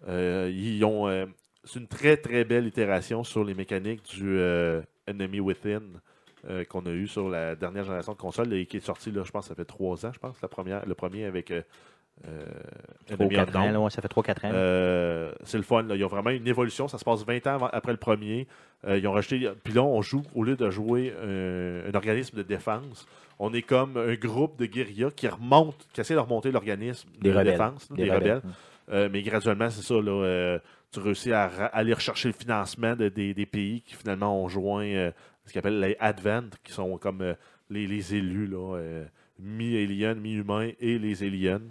C'est une très, très belle itération sur les mécaniques du Enemy Within qu'on a eu sur la dernière génération de consoles et qui est sorti, là, je pense, ça fait 3 ans, je pense, le premier avec Enemy 3-4 ans, Unknown. là, ouais, ça fait 3-4 ans. C'est le fun. Là. Il y a vraiment une évolution. Ça se passe 20 ans après le premier. Ils ont rajouté. Puis là, on joue, au lieu de jouer un organisme de défense, on est comme un groupe de guérillas qui essaie de remonter l'organisme de rebelles. défense, là, des rebelles. Mais graduellement, c'est ça. Là, tu réussis à aller rechercher le financement des pays qui finalement ont joint ce qu'ils appellent les Advent, qui sont comme les élus là, mi-alien, mi-humain et les aliens.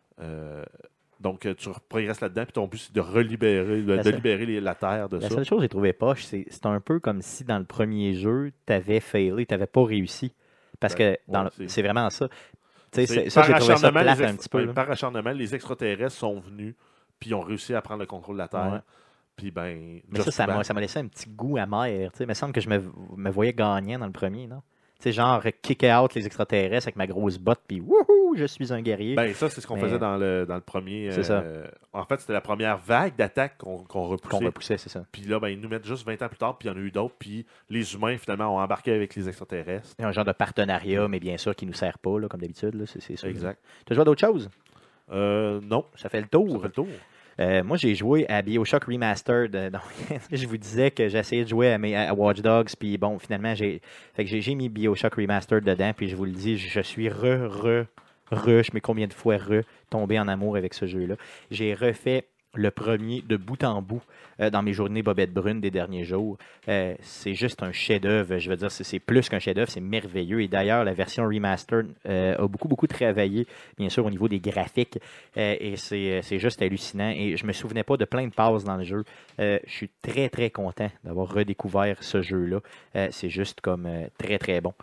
Donc, tu progresses là-dedans, puis ton but, c'est de libérer la Terre de ça. La seule chose que j'ai trouvé poche, c'est un peu comme si dans le premier jeu, tu avais failé, tu n'avais pas réussi. Parce que c'est vraiment ça. Ça, j'ai trouvé ça plate un petit peu. Par acharnement, les extraterrestres sont venus, puis ils ont réussi à prendre le contrôle de la Terre. Ouais. Puis mais ça m'a laissé un petit goût amer. Il me semble que je me voyais gagnant dans le premier, non? Tu sais, genre kicker out les extraterrestres avec ma grosse botte, puis wouhou, je suis un guerrier. Ben ça, c'est ce qu'on faisait dans le premier. C'est ça. En fait, c'était la première vague d'attaques qu'on repoussait. Qu'on repoussait, c'est ça. Puis là, ils nous mettent juste 20 ans plus tard, puis il y en a eu d'autres, puis les humains, finalement, ont embarqué avec les extraterrestres. Il y a un genre de partenariat, mais bien sûr, qui ne nous sert pas, là, comme d'habitude. Là, c'est ça. Exact. Tu as joué à d'autres choses? Non. Ça fait le tour. Moi, j'ai joué à BioShock Remastered. Donc, je vous disais que j'essayais de jouer à Watch Dogs, puis bon, finalement, j'ai mis BioShock Remastered dedans, puis je vous le dis, je suis je mets combien de fois tombé en amour avec ce jeu-là. J'ai refait le premier de bout en bout dans mes journées Bobette Brune des derniers jours. C'est juste un chef-d'œuvre. Je veux dire, c'est plus qu'un chef-d'œuvre, c'est merveilleux. Et d'ailleurs, la version remastered a beaucoup travaillé, bien sûr, au niveau des graphiques. Et c'est juste hallucinant. Et je me souvenais pas de plein de passes dans le jeu. Je suis très content d'avoir redécouvert ce jeu-là. C'est juste comme très bon.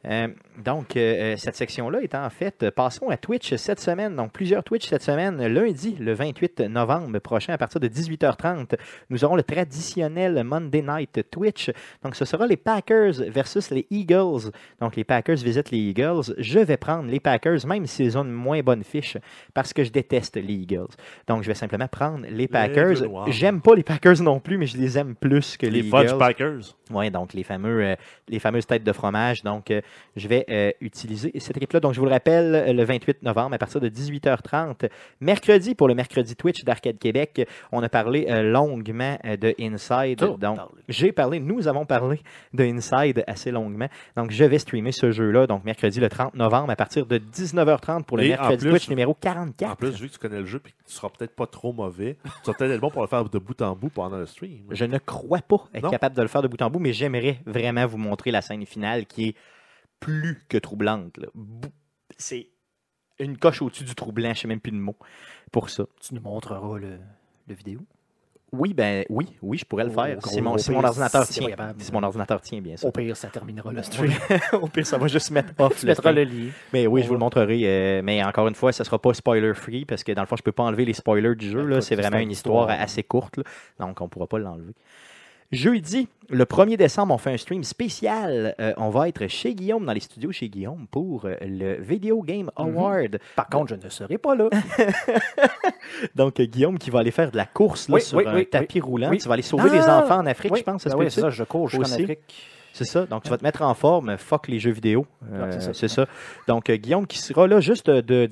Donc, cette section-là est en fait, passons à Twitch cette semaine. Donc, plusieurs Twitch cette semaine. Lundi, le 28 novembre prochain, à partir de 18h30, nous aurons le traditionnel Monday Night Twitch. Donc, ce sera les Packers versus les Eagles. Donc, les Packers visitent les Eagles. Je vais prendre les Packers, même s'ils ont une moins bonne fiche, parce que je déteste les Eagles. Donc, je vais simplement prendre les Packers. J'aime pas les Packers non plus, mais je les aime plus que les Eagles. Fudge Packers. Oui, donc les fameuses têtes de fromage. Donc, je vais utiliser cette équipe-là. Donc, je vous le rappelle, le 28 novembre, à partir de 18h30, mercredi, pour le mercredi Twitch d'Arcade Québec, on a parlé longuement de Inside. Donc, nous avons parlé de Inside assez longuement. Donc, je vais streamer ce jeu-là, donc mercredi le 30 novembre, à partir de 19h30 pour le mercredi Twitch numéro 44. En plus, vu que tu connais le jeu et que tu seras peut-être pas trop mauvais, tu vas peut-être être bon pour le faire de bout en bout pendant le stream. Je ne crois pas être capable de le faire de bout en bout, mais j'aimerais vraiment vous montrer la scène finale qui est plus que troublante. Là. C'est une coche au-dessus du troublant, je ne sais même plus de mots pour ça. Tu nous montreras le vidéo? Oui, je pourrais le faire. Si mon ordinateur tient. Si mon ordinateur tient, bien sûr. Au pire, ça terminera le stream. Au pire, ça va juste se mettre off. Tu mettras le lien. Mais oui, je vous le montrerai. Mais encore une fois, ça ne sera pas spoiler-free parce que dans le fond, je ne peux pas enlever les spoilers du jeu. C'est vraiment une histoire assez courte. Là. Donc, on ne pourra pas l'enlever. Jeudi, le 1er décembre, on fait un stream spécial. On va être chez Guillaume, dans les studios chez Guillaume, pour le Video Game Award. Par contre, je ne serai pas là. Donc, Guillaume qui va aller faire de la course là, sur un tapis roulant. Tu vas aller sauver les enfants en Afrique, je pense. C'est ça, je cours jusqu'en Afrique. C'est ça. Donc, tu vas te mettre en forme. Fuck les jeux vidéo. C'est ça. Donc, Guillaume qui sera là juste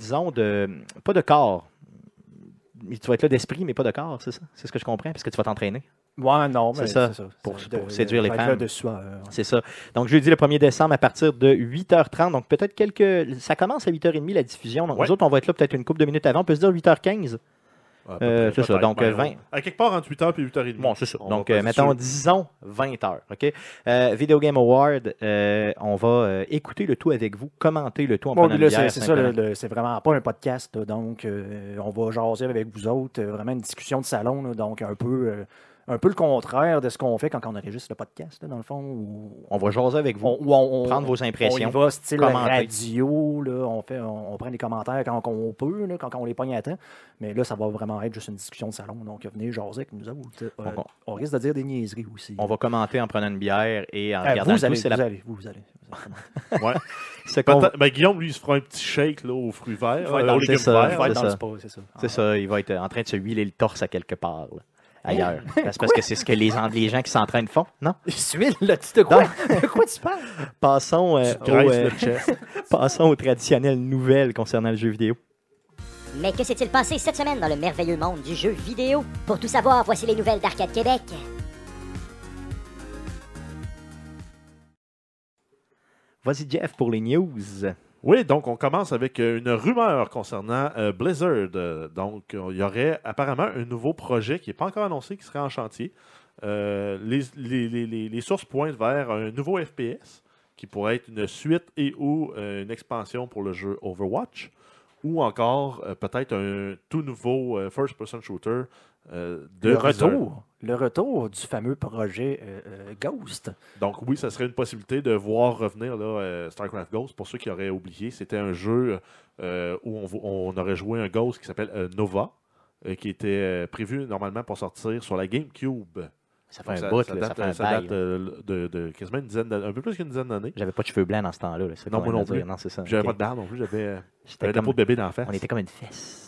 pas de corps. Tu vas être là d'esprit, mais pas de corps, c'est ça? C'est ce que je comprends, parce que tu vas t'entraîner. Ouais, non, mais c'est ça. Pour séduire les femmes. Ouais. C'est ça. Donc, jeudi le 1er décembre à partir de 8h30. Donc, peut-être ça commence à 8h30 la diffusion. Donc, nous autres, on va être là peut-être une couple de minutes avant. On peut se dire 8h15. C'est ça. Donc, 20. À quelque part entre 8h et 8h30. Bon, c'est ça. Donc, disons 20h. OK? Video Game Award, on va écouter le tout avec vous, commenter le tout en prenant une bière. C'est ça, c'est vraiment pas un podcast. Là, donc, on va jaser avec vous autres. Vraiment une discussion de salon. Là, donc, un peu le contraire de ce qu'on fait quand on enregistre le podcast, là, dans le fond. Où on va jaser avec vous, prendre vos impressions. On y va style radio, là, on prend des commentaires quand on peut, là, quand on les pogne à temps. Mais là, ça va vraiment être juste une discussion de salon. Donc, venez jaser avec nous autres. On risque de dire des niaiseries aussi. On va commenter en prenant une bière et en regardant vous allez. Ouais. Guillaume, lui, il se fera un petit shake là, aux fruits verts. C'est ça. Il va être en train de se huiler le torse à quelque part. Là. Ailleurs. C'est parce que c'est ce que les gens qui s'entraînent font, non? Suite, là, tu te quoi? De quoi tu parles? Passons aux traditionnelles nouvelles concernant le jeu vidéo. Mais que s'est-il passé cette semaine dans le merveilleux monde du jeu vidéo? Pour tout savoir, voici les nouvelles d'Arcade Québec. Vas-y, Jeff, pour les news. Oui, donc on commence avec une rumeur concernant Blizzard. Donc, il y aurait apparemment un nouveau projet qui n'est pas encore annoncé, qui serait en chantier. Les sources pointent vers un nouveau FPS qui pourrait être une suite et ou une expansion pour le jeu Overwatch, ou encore peut-être un tout nouveau first-person shooter de Blizzard. Le retour du fameux projet Ghost. Donc oui, ça serait une possibilité de voir revenir là, StarCraft Ghost. Pour ceux qui auraient oublié, c'était un jeu où on aurait joué un Ghost qui s'appelle Nova, qui était prévu normalement pour sortir sur la GameCube. Ça fait un bout, ça là, date, ça fait un ça bail. date de quasiment une dizaine d'années, un peu plus qu'une dizaine d'années. J'avais pas de cheveux blancs dans ce temps-là. C'est ça Non, qu'on moi non vient de dire. plus. Non, c'est ça. J'avais ok. pas de barbe non plus, j'avais J'étais de la comme- peau de bébé dans la face. On était comme une fesse.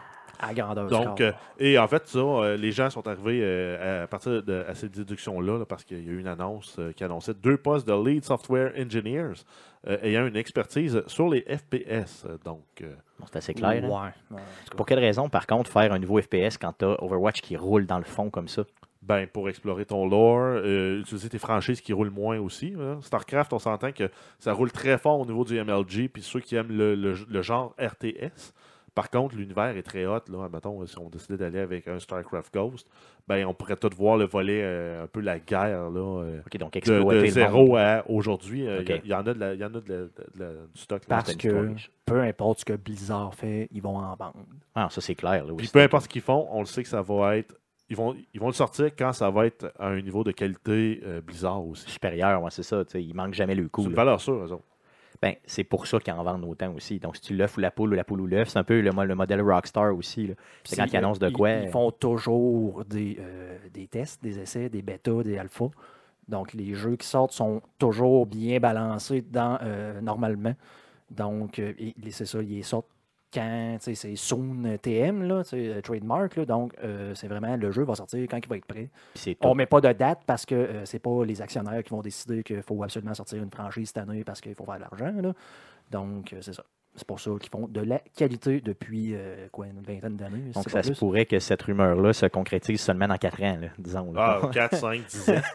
À grandeur Donc, score. et en fait, ça, les gens sont arrivés à partir de à cette déduction-là, là, parce qu'il y a eu une annonce qui annonçait 2 postes de Lead Software Engineers ayant une expertise sur les FPS. Donc, Bon, c'est assez clair. hein. Ouais. En tout cas. Pour quelle raison, par contre, faire un nouveau FPS quand tu as Overwatch qui roule dans le fond comme ça? ben, pour explorer ton lore, utiliser tes franchises qui roulent moins aussi. Hein. StarCraft, on s'entend que ça roule très fort au niveau du MLG, puis ceux qui aiment le genre RTS. Par contre, l'univers est très hot. Là. Admettons, si on décidait d'aller avec un StarCraft Ghost, ben, on pourrait tout voir le volet, un peu la guerre, là, OK, donc de exploiter le zéro monde. à aujourd'hui. Il Ok. y en a du stock. Là. Parce c'est une que story. peu importe ce que Blizzard fait, ils vont en bande. Ah, ça, c'est clair. Là, Puis aussi. peu importe ce qu'ils font, on le sait que ça va être. Ils vont le sortir quand ça va être à un niveau de qualité Blizzard aussi. Supérieur, ouais, c'est ça. Tu sais, il manque jamais le C'est coup. une là. valeur sûre, eux autres. Ben, c'est pour ça qu'ils en vendent autant aussi. Donc, si tu l'œuf ou la poule ou l'œuf, c'est un peu le modèle Rockstar aussi. Là. C'est quand ils annoncent de quoi. Ils font toujours des tests, des essais, des bêtas, des alphas. Donc, les jeux qui sortent sont toujours bien balancés normalement. Donc, c'est ça, ils sortent quand c'est soon TM, là, trademark. Là, donc, c'est vraiment le jeu va sortir quand il va être prêt. Puis c'est tout. On ne met pas de date parce que c'est pas les actionnaires qui vont décider qu'il faut absolument sortir une franchise cette année parce qu'il faut faire de l'argent. Là. Donc, c'est ça. C'est pour ça qu'ils font de la qualité depuis une vingtaine d'années. Donc, c'est ça pas se plus. pourrait que cette rumeur-là se concrétise seulement dans 4 ans, là, disons. Là. Ah, 4, 5, 10 ans.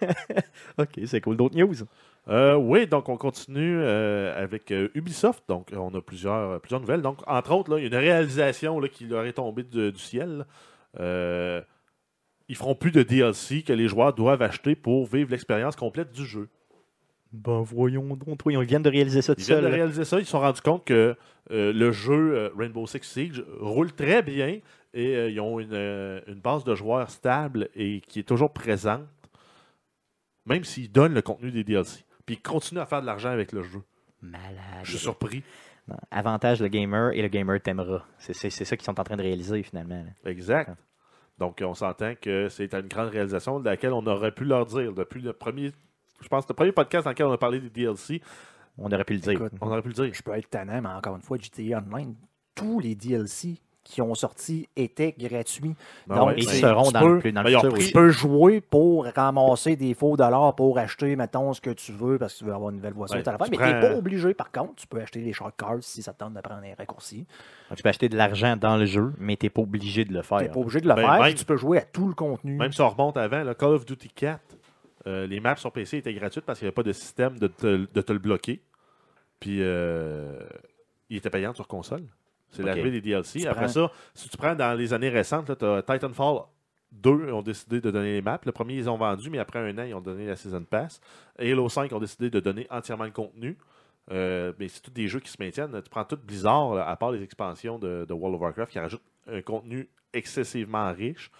OK, c'est cool. D'autres news? Oui, donc on continue avec Ubisoft. Donc, on a plusieurs nouvelles. Donc, entre autres, là, il y a une réalisation là, qui leur est tombée du ciel. Ils feront plus de DLC que les joueurs doivent acheter pour vivre l'expérience complète du jeu. Ben, voyons donc. Toi, ils viennent de réaliser ça tout Ils viennent de seul. réaliser ça. Ils se sont rendus compte que le jeu Rainbow Six Siege roule très bien et ils ont une base de joueurs stable et qui est toujours présente, même s'ils donnent le contenu des DLC. Puis ils continuent à faire de l'argent avec le jeu. Malade. Je suis surpris. Non. Avantage le gamer et le gamer t'aimera. C'est ça qu'ils sont en train de réaliser finalement. là. Exact. Donc, on s'entend que c'est une grande réalisation de laquelle on aurait pu leur dire depuis le premier podcast dans lequel on a parlé des DLC, On aurait pu le dire. Écoute, on aurait pu le dire. Je peux être tannant, mais encore une fois, GTA Online, tous les DLC qui ont sorti étaient gratuits. Ben Donc, ouais, Et ils ben, seront tu dans peux- le ben, ils ont futur pris- aussi. Tu peux jouer pour ramasser des faux dollars pour acheter, mettons, ce que tu veux parce que tu veux avoir une nouvelle voiture. Ouais, t'as l'affaire, tu mais tu prends- n'es pas obligé, par contre. Tu peux acheter des shortcuts si ça te tente de prendre un raccourci. Donc, tu peux acheter de l'argent dans le jeu, mais tu n'es pas obligé de le Tu faire. n'es pas obligé de le Ben, faire. même- puis tu peux jouer à tout le contenu. Même si on remonte avant, le Call of Duty 4, les maps sur PC étaient gratuites parce qu'il n'y avait pas de système de te le bloquer. Puis, il était payant sur console. C'est Ok. l'arrivée des DLC. Tu Après prends- ça, si tu prends dans les années récentes, tu as Titanfall 2 ont décidé de donner les maps. Le premier, ils ont vendu, mais après un an, ils ont donné la Season Pass. Halo 5 ont décidé de donner entièrement le contenu. Mais c'est tous des jeux qui se maintiennent. Tu prends tout Blizzard, là, à part les expansions de World of Warcraft, qui rajoutent un contenu excessivement riche.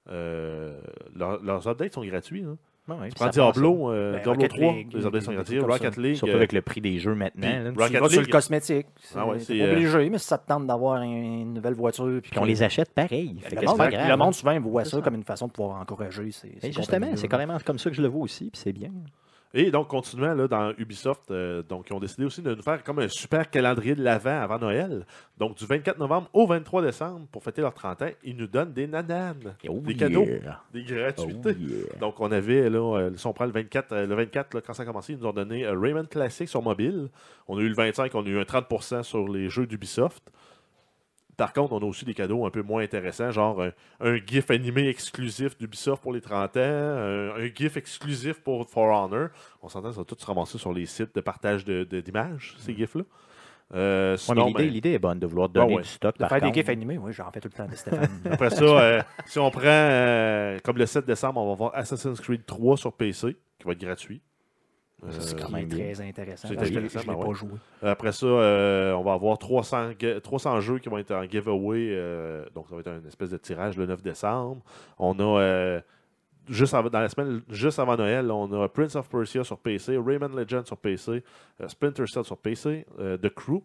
Leurs updates sont gratuits. Hein. Ouais, Tu prends ça prend Diablo, Diablo Rocket 3, League, les updates sont des gratuits. trucs comme Rocket ça. League. ça. Surtout avec le prix des jeux maintenant. puis là. Rocket Tu vas sur le League- cosmétique. Ah ouais, C'est c'est, pas obligé, mais si ça te tente d'avoir une nouvelle voiture. Puis on les achète pareil. Fait que Le c'est pas monde, grave. le monde souvent voit C'est ça ça. comme une façon de pouvoir encourager ces Et justement, compagnies-là. c'est carrément comme ça que je le vois aussi, puis c'est bien. Et donc, continuant là, dans Ubisoft, donc, ils ont décidé aussi de nous faire comme un super calendrier de l'Avent avant Noël. Donc, du 24 novembre au 23 décembre, pour fêter leurs 30 ans, ils nous donnent des nananes, Oh des cadeaux, yeah. des Oh gratuités. yeah. Donc, on avait, là, si on prend le 24, là, quand ça a commencé, ils nous ont donné Rayman Classic sur mobile. On a eu le 25, on a eu un 30% sur les jeux d'Ubisoft. Par contre, on a aussi des cadeaux un peu moins intéressants, genre un GIF animé exclusif d'Ubisoft pour les 30 ans, un GIF exclusif pour For Honor. On s'entend, ça va tout se ramasser sur les sites de partage d'images, ces GIFs-là. Ouais, Sinon, mais ben, l'idée est bonne de vouloir donner ouais. du stock. De par faire des contre. gifs animés, oui, j'en fais tout le temps de Stéphane. après ça, si on prend, comme le 7 décembre, on va voir Assassin's Creed 3 sur PC, qui va être gratuit. C'est quand même très intéressant. C'est Je ne l'ai intéressant, pas joué. Après ça, on va avoir 300 jeux qui vont être en giveaway. Donc, ça va être une espèce de tirage le 9 décembre. On a, dans la semaine juste avant Noël, on a Prince of Persia sur PC, Rayman Legends sur PC, Splinter Cell sur PC, The Crew.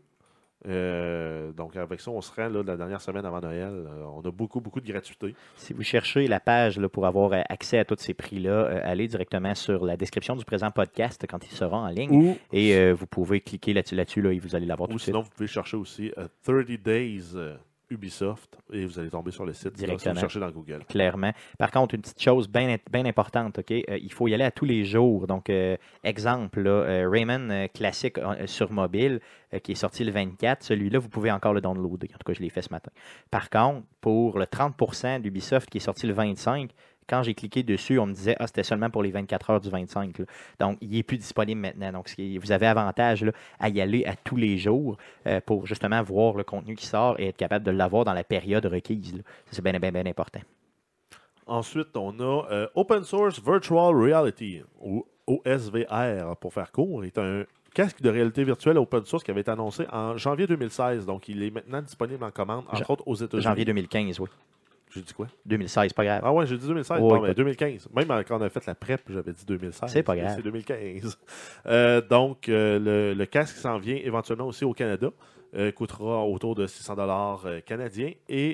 Donc, avec ça, on se rend là, la dernière semaine avant Noël. On a beaucoup de gratuité. Si vous cherchez la page là, pour avoir accès à tous ces prix-là, allez directement sur la description du présent podcast quand il sera en ligne. Et vous pouvez cliquer là-dessus là, et vous allez l'avoir tout de suite. Sinon, vous pouvez chercher aussi 30 Days Ubisoft et vous allez tomber sur le site directement. Si vous cherchez dans Google. Clairement. Par contre, une petite chose bien importante, OK? Il faut y aller à tous les jours. Donc, exemple, là, Rayman classique sur mobile qui est sorti le 24, celui-là, vous pouvez encore le downloader. En tout cas, je l'ai fait ce matin. Par contre, pour le 30% d'Ubisoft qui est sorti le 25, quand j'ai cliqué dessus, on me disait « Ah, c'était seulement pour les 24 heures du 25. » là. Donc, il n'est plus disponible maintenant. Donc, vous avez avantage là, à y aller à tous les jours pour justement voir le contenu qui sort et être capable de l'avoir dans la période requise. Là. Ça, c'est bien important. Ensuite, on a Open Source Virtual Reality, ou OSVR pour faire court. C'est un casque de réalité virtuelle open source qui avait été annoncé en janvier 2016. Donc, il est maintenant disponible en commande, entre autres aux États-Unis. Janvier 2015, oui. J'ai dit quoi? 2016, pas grave. Ah ouais, j'ai dit 2016. Oui, bon, mais 2015. Même quand on a fait la prep, j'avais dit 2016. C'est pas grave. C'est 2015. Donc, le casque s'en vient éventuellement aussi au Canada. Coûtera autour de 600 $ canadiens. Et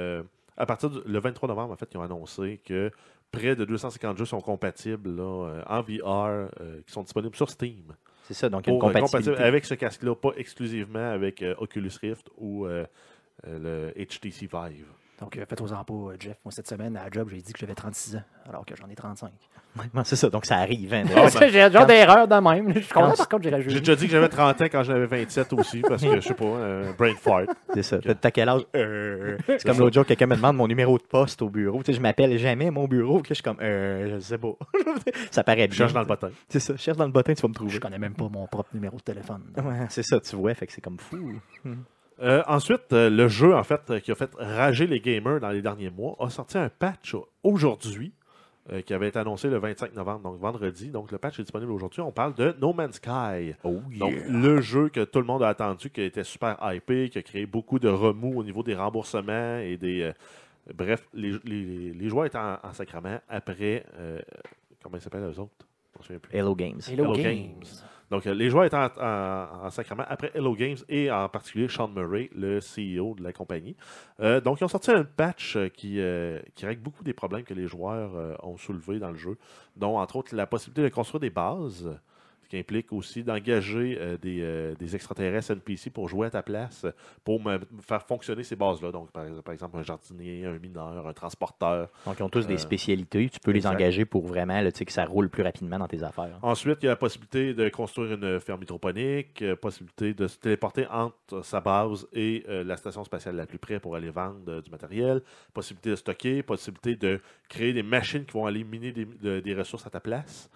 à partir du 23 novembre, en fait, ils ont annoncé que près de 250 jeux sont compatibles là, en VR, qui sont disponibles sur Steam. C'est ça, donc il y a une compatibilité. Avec ce casque-là, pas exclusivement avec Oculus Rift ou le HTC Vive. Donc, faites-en pas, Jeff. Moi, cette semaine, à la job, j'ai dit que j'avais 36 ans, alors que j'en ai 35. C'est ça, donc ça arrive. Hein, j'ai genre d'erreur de même. Je suis content, par contre, j'ai rajouté. J'ai déjà dit que j'avais 30 ans quand j'avais 27 aussi, parce que, je sais pas, brain fart. C'est ça. T'as quel âge? C'est comme l'autre jour, quelqu'un me demande mon numéro de poste au bureau. Tu sais, je m'appelle jamais mon bureau. Je suis comme, je sais pas. Ça paraît bien. Cherche dans le bottin. C'est ça, cherche dans le bottin, tu vas me trouver. Je connais même pas mon propre numéro de téléphone. Ouais, c'est ça, tu vois, fait que c'est comme fou. Ensuite, le jeu, en fait, qui a fait rager les gamers dans les derniers mois, a sorti un patch aujourd'hui, qui avait été annoncé le 25 novembre, donc vendredi. Donc, le patch est disponible aujourd'hui. On parle de No Man's Sky. Oh yeah. Donc, le jeu que tout le monde a attendu, qui a été super hypé, qui a créé beaucoup de remous au niveau des remboursements et des... bref, les joueurs étaient en sacrament après... comment ils s'appellent eux autres? Hello Games. Hello Games. Donc, les joueurs étaient en sacrament après Hello Games et en particulier Sean Murray, le CEO de la compagnie. Donc, ils ont sorti un patch qui règle beaucoup des problèmes que les joueurs ont soulevés dans le jeu, dont, entre autres, la possibilité de construire des bases, ce qui implique aussi d'engager des extraterrestres NPC pour jouer à ta place, pour faire fonctionner ces bases-là. Donc, par exemple, un jardinier, un mineur, un transporteur. Donc, ils ont tous des spécialités. Tu peux les engager pour vraiment là, que ça roule plus rapidement dans tes affaires. Ensuite, il y a la possibilité de construire une ferme hydroponique, possibilité de se téléporter entre sa base et la station spatiale la plus près pour aller vendre du matériel, possibilité de stocker, possibilité de créer des machines qui vont aller miner des ressources à ta place.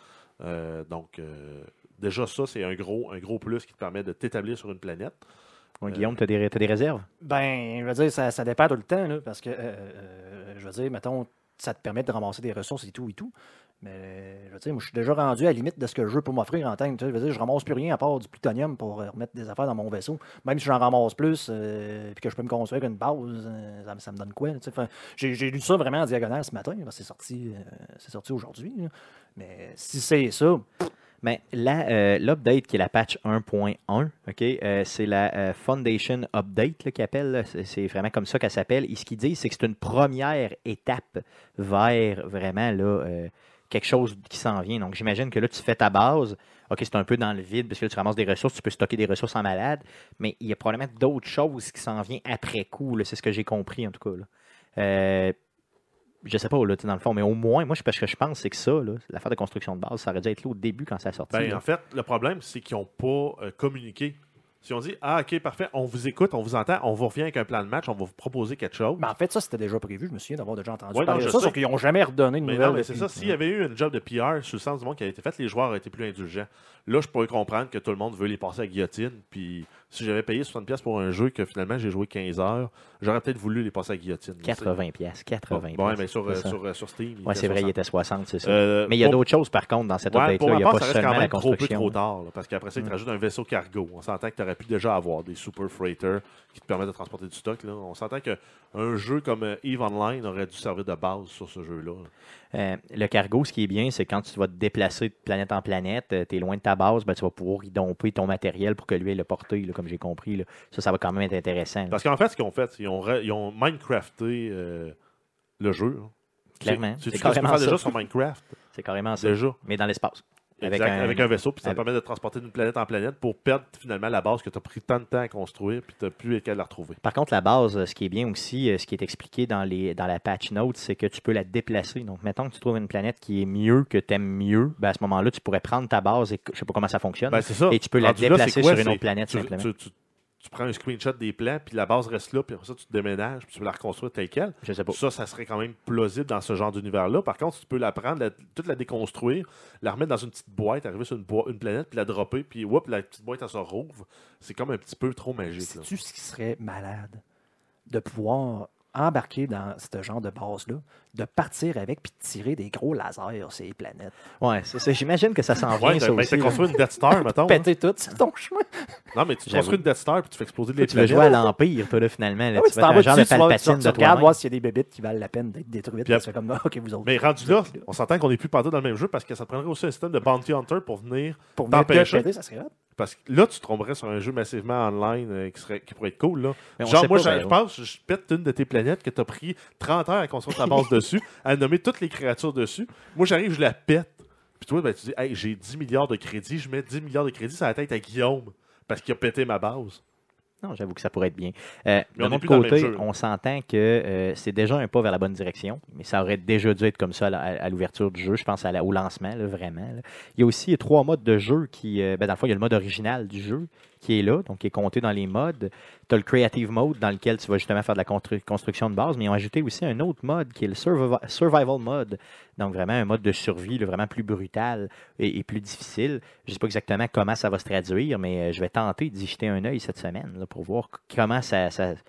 Déjà, ça, c'est un gros plus qui te permet de t'établir sur une planète. Ouais, Guillaume, tu as des réserves? Ben, je veux dire, ça dépend tout le temps, là, parce que, je veux dire, mettons, ça te permet de ramasser des ressources et tout. Mais, je veux dire, moi, je suis déjà rendu à la limite de ce que je veux pour m'offrir en tant que, je veux dire, je ramasse plus rien à part du plutonium pour remettre des affaires dans mon vaisseau. Même si j'en ramasse plus, puis que je peux me construire une base, ça me donne quoi? J'ai lu ça vraiment en diagonale ce matin, parce que c'est sorti aujourd'hui. Là. Mais si c'est ça... Mais l'update qui est la patch 1.1, OK, c'est la Foundation Update qu'ils appellent. C'est vraiment comme ça qu'elle s'appelle. Et ce qu'ils disent, c'est que c'est une première étape vers vraiment là, quelque chose qui s'en vient. Donc, j'imagine que là, tu fais ta base. OK, c'est un peu dans le vide parce que là, tu ramasses des ressources, tu peux stocker des ressources en malade. Mais il y a probablement d'autres choses qui s'en viennent après coup. Là, c'est ce que j'ai compris, en tout cas. Là. Je sais pas, là, dans le fond, mais au moins, moi, parce que je pense, c'est que ça, là, l'affaire de construction de base, ça aurait dû être là au début quand ça a sorti. En fait, le problème, c'est qu'ils n'ont pas communiqué Si on dit, OK, parfait, on vous écoute, on vous entend, on vous revient avec un plan de match, on va vous proposer quelque chose. Mais en fait, ça, c'était déjà prévu. Je me souviens d'avoir déjà entendu Ouais, parler non, de je ça, sais. sauf qu'ils n'ont jamais redonné de Mais nouvelles. non, mais c'est ça. depuis. S'il y avait eu une job de PR sur le sens du monde qui a été fait, les joueurs auraient été plus indulgents. Là, je pourrais comprendre que tout le monde veut les passer à la guillotine. Puis si j'avais payé 60$ pour un jeu que finalement j'ai joué 15 heures, j'aurais peut-être voulu les passer à la guillotine. 80 pièces, 80 Bon, ouais, mais c'est ça. sur Steam. Ouais, c'est vrai, il était 60, c'est ça. Mais mais il y a d'autres choses, par contre, dans cette update-là. pour Il ma n'y a part, pas ça reste seulement quand la même trop peu construction. trop tard. Là, parce qu'après ça, ils te rajoutent un vaisseau cargo. On s'entend que tu aurais pu déjà avoir des super freighters qui te permettent de transporter du stock. Là. On s'entend qu'un jeu comme EVE Online aurait dû servir de base sur ce jeu-là. Le cargo, ce qui est bien, c'est quand tu vas te déplacer de planète en planète, tu es loin de ta base, ben, tu vas pouvoir y domper ton matériel pour que lui ait le porter, là, comme j'ai compris. Là. Ça va quand même être intéressant. Là. Parce qu'en fait, ce qu'ils ont fait, ils ont Minecrafté le jeu. Hein. Clairement. C'est C'est ce que tu peux carrément faire ça. déjà sur Minecraft. C'est carrément ça. Déjà. Mais dans l'espace. Avec un vaisseau, puis ça te permet de te transporter d'une planète en planète pour perdre finalement la base que tu as pris tant de temps à construire, puis tu n'as plus qu'à la retrouver. Par contre, la base, ce qui est bien aussi, ce qui est expliqué dans la patch note, c'est que tu peux la déplacer. Donc, mettons que tu trouves une planète qui est mieux, que tu aimes mieux, ben à ce moment-là, tu pourrais prendre ta base et je ne sais pas comment ça fonctionne. Ben, c'est ça. Et tu peux la Rendu là, déplacer c'est quoi? sur une C'est- autre planète tu, simplement. tu prends un screenshot des plans, puis la base reste là, puis après ça, tu te déménages, puis tu peux la reconstruire telle quelle. Je sais pas. Ça serait quand même plausible dans ce genre d'univers-là. Par contre, tu peux la prendre, toute la déconstruire, la remettre dans une petite boîte, arriver sur une planète, puis la dropper, puis whoop, la petite boîte, elle se rouvre. C'est comme un petit peu trop magique. Là. Sais-tu ce qui serait malade? De pouvoir embarquer dans ce genre de base-là, de partir avec puis de tirer des gros lasers sur les planètes. Ouais, c'est ça. J'imagine que ça s'en vient, Ouais, ça aussi. t'as là. construit une Death Star, mettons. hein. Péter tout sur ton chemin. Non, mais tu J'avoue. construis une Death Star, puis tu fais exploser les Tu veux planètes. jouer à l'Empire, toi, là, finalement. Là, Ah oui, tu tu vas t'en être un vas genre de dessus, tu Palpatine de regardes toi-même. voir s'il y a des bébites qui valent la peine d'être détruites. Puis Tu fais comme, OK, vous autres. Mais rendu là, on s'entend qu'on n'est plus partout dans le même jeu parce que ça te prendrait aussi un système de Bounty Hunter pour venir Pour venir te t'empêcher. péter, ça serait hot. Parce que là, tu te tromperais sur un jeu massivement online qui pourrait être cool. Là. Mais on Genre, sait moi, pas, je pense que je pète une de tes planètes que tu as pris 30 heures à construire ta base dessus, à nommer toutes les créatures dessus. Moi, j'arrive, je la pète. Puis toi, ben, tu dis, hey, j'ai 10 milliards de crédits, je mets 10 milliards de crédits sur la tête à Guillaume parce qu'il a pété ma base. Non, j'avoue que ça pourrait être bien. on D'un est autre plus dans le côté, même jeu. on s'entend que c'est déjà un pas vers la bonne direction, mais ça aurait déjà dû être comme ça à l'ouverture du jeu, je pense au lancement, là, vraiment. Là. Il y a aussi 3 modes de jeu qui, dans le fond, il y a le mode original du jeu qui est là, donc qui est compté dans les modes. Tu as le Creative Mode dans lequel tu vas justement faire de la construction de base, mais ils ont ajouté aussi un autre mode qui est le Survival Mode, donc vraiment un mode de survie là, vraiment plus brutal et plus difficile. Je ne sais pas exactement comment ça va se traduire, mais je vais tenter d'y jeter un œil cette semaine là, pour voir comment ça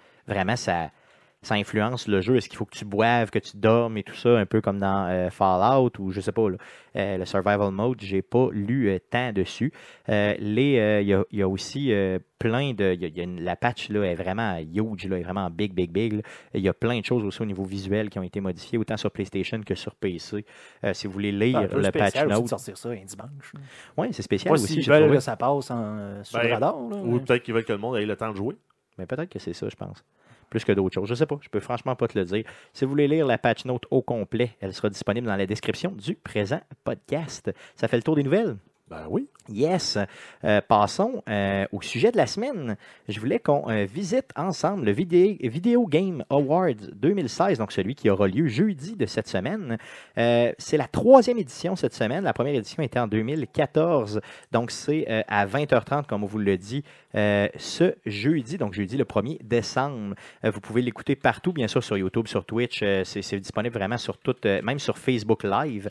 influence le jeu. Est-ce qu'il faut que tu boives, que tu dormes et tout ça, un peu comme dans Fallout ou je sais pas. Là. Le Survival Mode, j'ai pas lu tant dessus. Il y a aussi plein de... la patch là, est vraiment huge, là, est vraiment big. Là. Il y a plein de choses aussi au niveau visuel qui ont été modifiées, autant sur PlayStation que sur PC. Si vous voulez lire C'est un peu le patch spécial aussi de note... sortir ça un dimanche. Oui, c'est spécial Pas aussi. s'ils j'ai veulent trouvé. que ça passe sur le Ben, radar. Là, Ou peut-être qu'ils veulent que le monde ait le temps de jouer. Mais peut-être que c'est ça, je pense. Plus que d'autres choses. Je ne sais pas. Je peux franchement pas te le dire. Si vous voulez lire la patch note au complet, elle sera disponible dans la description du présent podcast. Ça fait le tour des nouvelles? Ben oui. Yes. Passons au sujet de la semaine. Je voulais qu'on visite ensemble le Video Game Awards 2016, donc celui qui aura lieu jeudi de cette semaine. C'est la 3e édition cette semaine. La première édition était en 2014, donc c'est à 20h30, comme on vous le dit, ce jeudi, donc jeudi le 1er décembre. Vous pouvez l'écouter partout, bien sûr, sur YouTube, sur Twitch. C'est disponible vraiment sur toutes, même sur Facebook Live.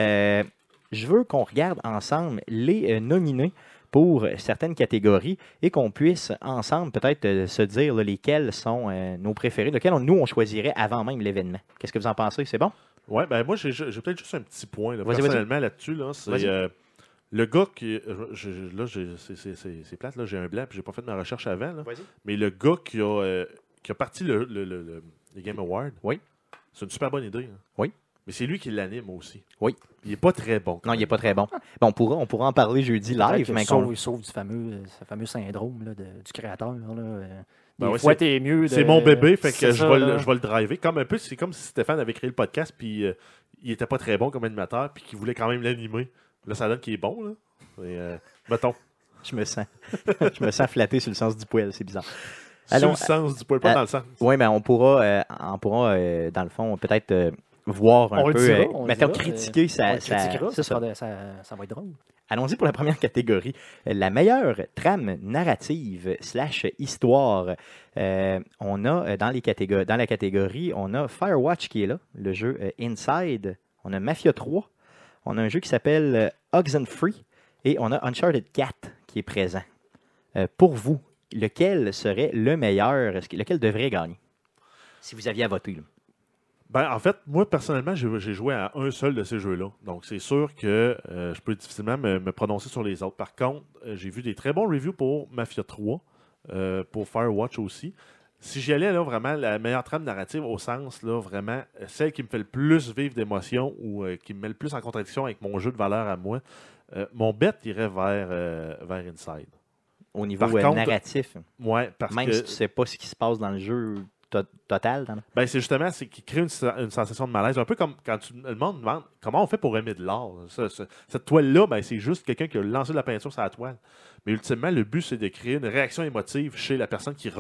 Je veux qu'on regarde ensemble les nominés pour certaines catégories et qu'on puisse ensemble peut-être se dire là, lesquels sont nos préférés, lesquels nous on choisirait avant même l'événement. Qu'est-ce que vous en pensez? C'est bon? Ouais, ben moi, j'ai peut-être juste un petit point là, Vas-y, personnellement là-dessus. Là, c'est Vas-y. le gars qui. C'est plate, là, j'ai un blanc, puis j'ai pas fait de ma recherche avant. Là, mais le gars qui a parti les Game Awards, Oui. c'est une super bonne idée. Hein. Oui. Mais c'est lui qui l'anime aussi. Oui. Il n'est pas très bon. Non, il n'est pas très bon. Bon, on pourra en parler jeudi live, mais il sauve du fameux syndrome là, du créateur. Là. Ben Des ouais, fois, t'es mieux. C'est mon bébé, fait que C'est je ça, vais là. le driver. C'est comme si Stéphane avait créé le podcast, puis il était pas très bon comme animateur, puis qu'il voulait quand même l'animer. Là, ça donne qu'il est bon. Là. Et, mettons. je me sens flatté sur le sens du poil, c'est bizarre. Sur Allons, le sens du poil, pas dans le sens. Oui, mais on pourra dans le fond, peut-être voir un On le peu, dira, on le mettons, dira, critiquer on ça. le critiquera, C'est ça. ça va être drôle. Allons-y pour la première catégorie. La meilleure trame narrative / histoire. On a dans la catégorie, on a Firewatch qui est là, le jeu Inside. On a Mafia 3. On a un jeu qui s'appelle Oxenfree. Et on a Uncharted 4 qui est présent. Pour vous, lequel serait le meilleur? Lequel devrait gagner? Si vous aviez à voter. Là. Ben, en fait, moi, personnellement, j'ai joué à un seul de ces jeux-là. Donc, c'est sûr que je peux difficilement me prononcer sur les autres. Par contre, j'ai vu des très bons reviews pour Mafia 3, pour Firewatch aussi. Si j'y allais, là, vraiment, la meilleure trame narrative, au sens, là, vraiment, celle qui me fait le plus vivre d'émotions ou qui me met le plus en contradiction avec mon jeu de valeur à moi, mon bet irait vers Inside. Au niveau narratif, ouais, parce même que, si tu ne sais pas ce qui se passe dans le jeu total. Ben, c'est justement qu'il crée une sensation de malaise. Un peu comme quand le monde demande comment on fait pour aimer de l'art. Cette toile-là, ben, c'est juste quelqu'un qui a lancé de la peinture sur la toile. Mais ultimement, le but, c'est de créer une réaction émotive chez la personne qui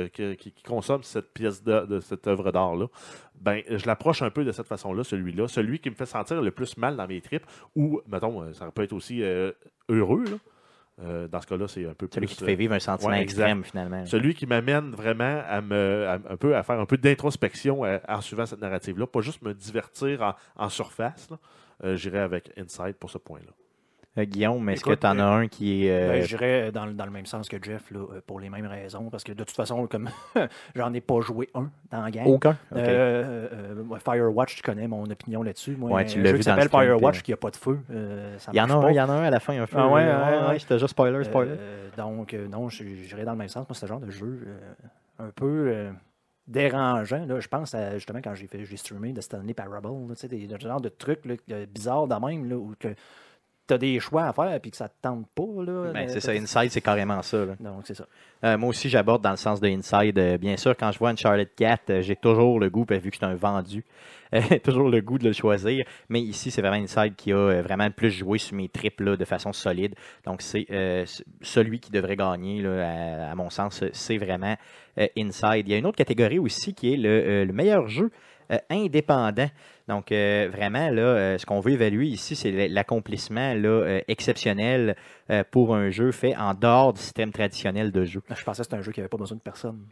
consomme cette pièce de cette œuvre d'art-là. Ben, je l'approche un peu de cette façon-là, celui-là. Celui qui me fait sentir le plus mal dans mes tripes, ou, mettons, ça peut être aussi heureux, là. Dans ce cas-là, c'est un peu celui plus... qui te fait vivre un sentiment extrême, finalement. Celui qui m'amène vraiment à faire un peu d'introspection en suivant cette narrative-là. Pas juste me divertir en surface. J'irai avec Inside pour ce point-là. Guillaume, est-ce que tu en as un qui est... J'irais dans le même sens que Jeff, là, pour les mêmes raisons, parce que de toute façon, comme j'en ai pas joué un dans la game. Aucun? Okay. Firewatch, tu connais mon opinion là-dessus. Moi, ouais, tu l'as vu qui s'appelle Firewatch, qui n'a pas de feu. Il y en a un à la fin, un feu. Ah ouais, c'était juste spoiler. Donc, non, j'irais dans le même sens. Moi, c'est ce genre de jeu un peu... dérangeant. Là, je pense à, justement quand j'ai streamé de Stanley Parable, des genres de trucs là, bizarres de même, là, où tu as des choix à faire et que ça ne te tente pas. Là, ben, c'est ça, Inside, c'est carrément ça. Là. Donc, c'est ça. Moi aussi, j'aborde dans le sens de Inside. Bien sûr, quand je vois Uncharted 4, j'ai toujours le goût, vu que c'est un vendu, toujours le goût de le choisir. Mais ici, c'est vraiment Inside qui a vraiment le plus joué sur mes trips là, de façon solide. Donc, c'est celui qui devrait gagner, là, à mon sens, c'est vraiment Inside. Il y a une autre catégorie aussi qui est le meilleur jeu indépendant. Donc, vraiment, là, ce qu'on veut évaluer ici, c'est l'accomplissement là, exceptionnel pour un jeu fait en dehors du système traditionnel de jeu. Je pensais que c'était un jeu qui n'avait pas besoin de personne.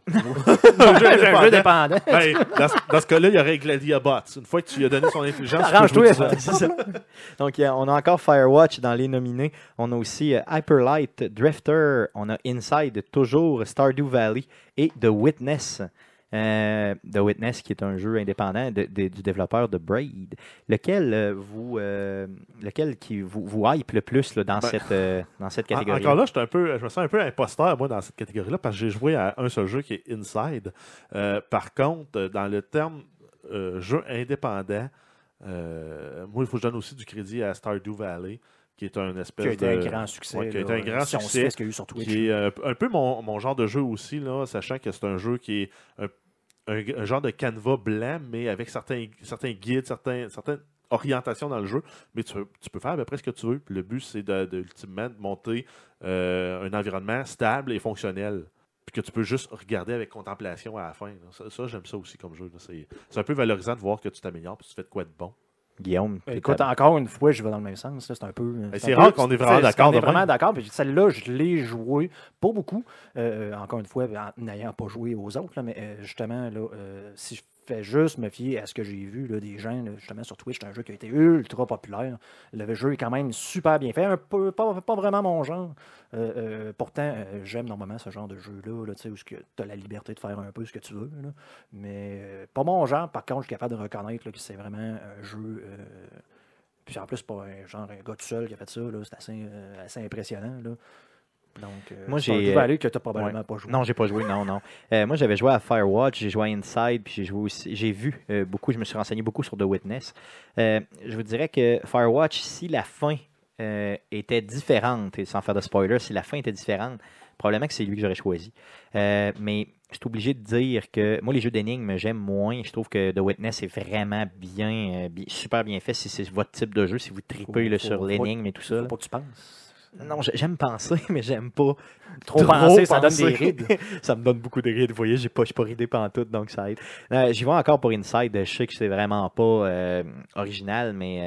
un jeu indépendant. Ben, dans ce cas-là, il y aurait Gladiabots. Une fois que tu lui as donné son intelligence, arrange-toi. C'est ça. Donc, on a encore Firewatch dans les nominés. On a aussi Hyperlight Drifter. On a Inside, toujours Stardew Valley et The Witness. The Witness, qui est un jeu indépendant du développeur de Braid. Lequel vous hype le plus là, dans cette catégorie? Encore là, je me sens un peu imposteur, moi, dans cette catégorie-là, parce que j'ai joué à un seul jeu qui est Inside. Par contre, dans le terme jeu indépendant, moi, il faut que je donne aussi du crédit à Stardew Valley, qui est un espèce qui a été un grand succès. Ouais, qui a été un grand succès. Ce qu'il y a eu sur Twitch. Qui est un peu mon genre de jeu aussi, là, sachant que c'est un jeu qui est un genre de canevas blanc, mais avec certains guides, certaines orientations dans le jeu. Mais tu peux faire à peu près ce que tu veux. Puis le but, c'est ultimement de monter un environnement stable et fonctionnel. Puis que tu peux juste regarder avec contemplation à la fin. Ça, j'aime ça aussi comme jeu. C'est un peu valorisant de voir que tu t'améliores et tu fais de quoi de bon. Guillaume. Écoute, encore une fois, je vais dans le même sens. Là, c'est un peu. C'est rare qu'on est vraiment d'accord. On est vraiment d'accord. Puis celle-là, je l'ai joué pas beaucoup. Encore une fois, en n'ayant pas joué aux autres. Là, mais justement, là, si je fais juste me fier à ce que j'ai vu là, des gens, là, justement sur Twitch, c'est un jeu qui a été ultra populaire. Le jeu est quand même super bien fait. Pas vraiment mon genre. Pourtant, j'aime normalement ce genre de jeu-là, où tu as la liberté de faire un peu ce que tu veux. Là. Mais pas mon genre. Par contre, je suis capable de reconnaître là, que c'est vraiment un jeu. Puis en plus, pas un gars tout seul qui a fait ça. Là, c'est assez impressionnant. Là. Donc, moi, j'ai valé que tu n'as probablement pas joué. Non, j'ai pas joué, non. Moi, j'avais joué à Firewatch, j'ai joué à Inside, puis j'ai vu beaucoup, je me suis renseigné beaucoup sur The Witness. Je vous dirais que Firewatch, si la fin était différente, et sans faire de spoiler, si la fin était différente, probablement que c'est lui que j'aurais choisi. Mais je suis obligé de dire que moi, les jeux d'énigmes, j'aime moins. Je trouve que The Witness est vraiment super bien fait si c'est votre type de jeu, si vous tripez sur l'énigme et tout ça. Faut pas que tu penses. Non, j'aime penser, mais j'aime pas trop penser, ça donne des rides. Ça me donne beaucoup de rides. Vous voyez, je suis pas ridé pantoute, donc ça aide. J'y vais encore pour Inside. Je sais que c'est vraiment pas original, mais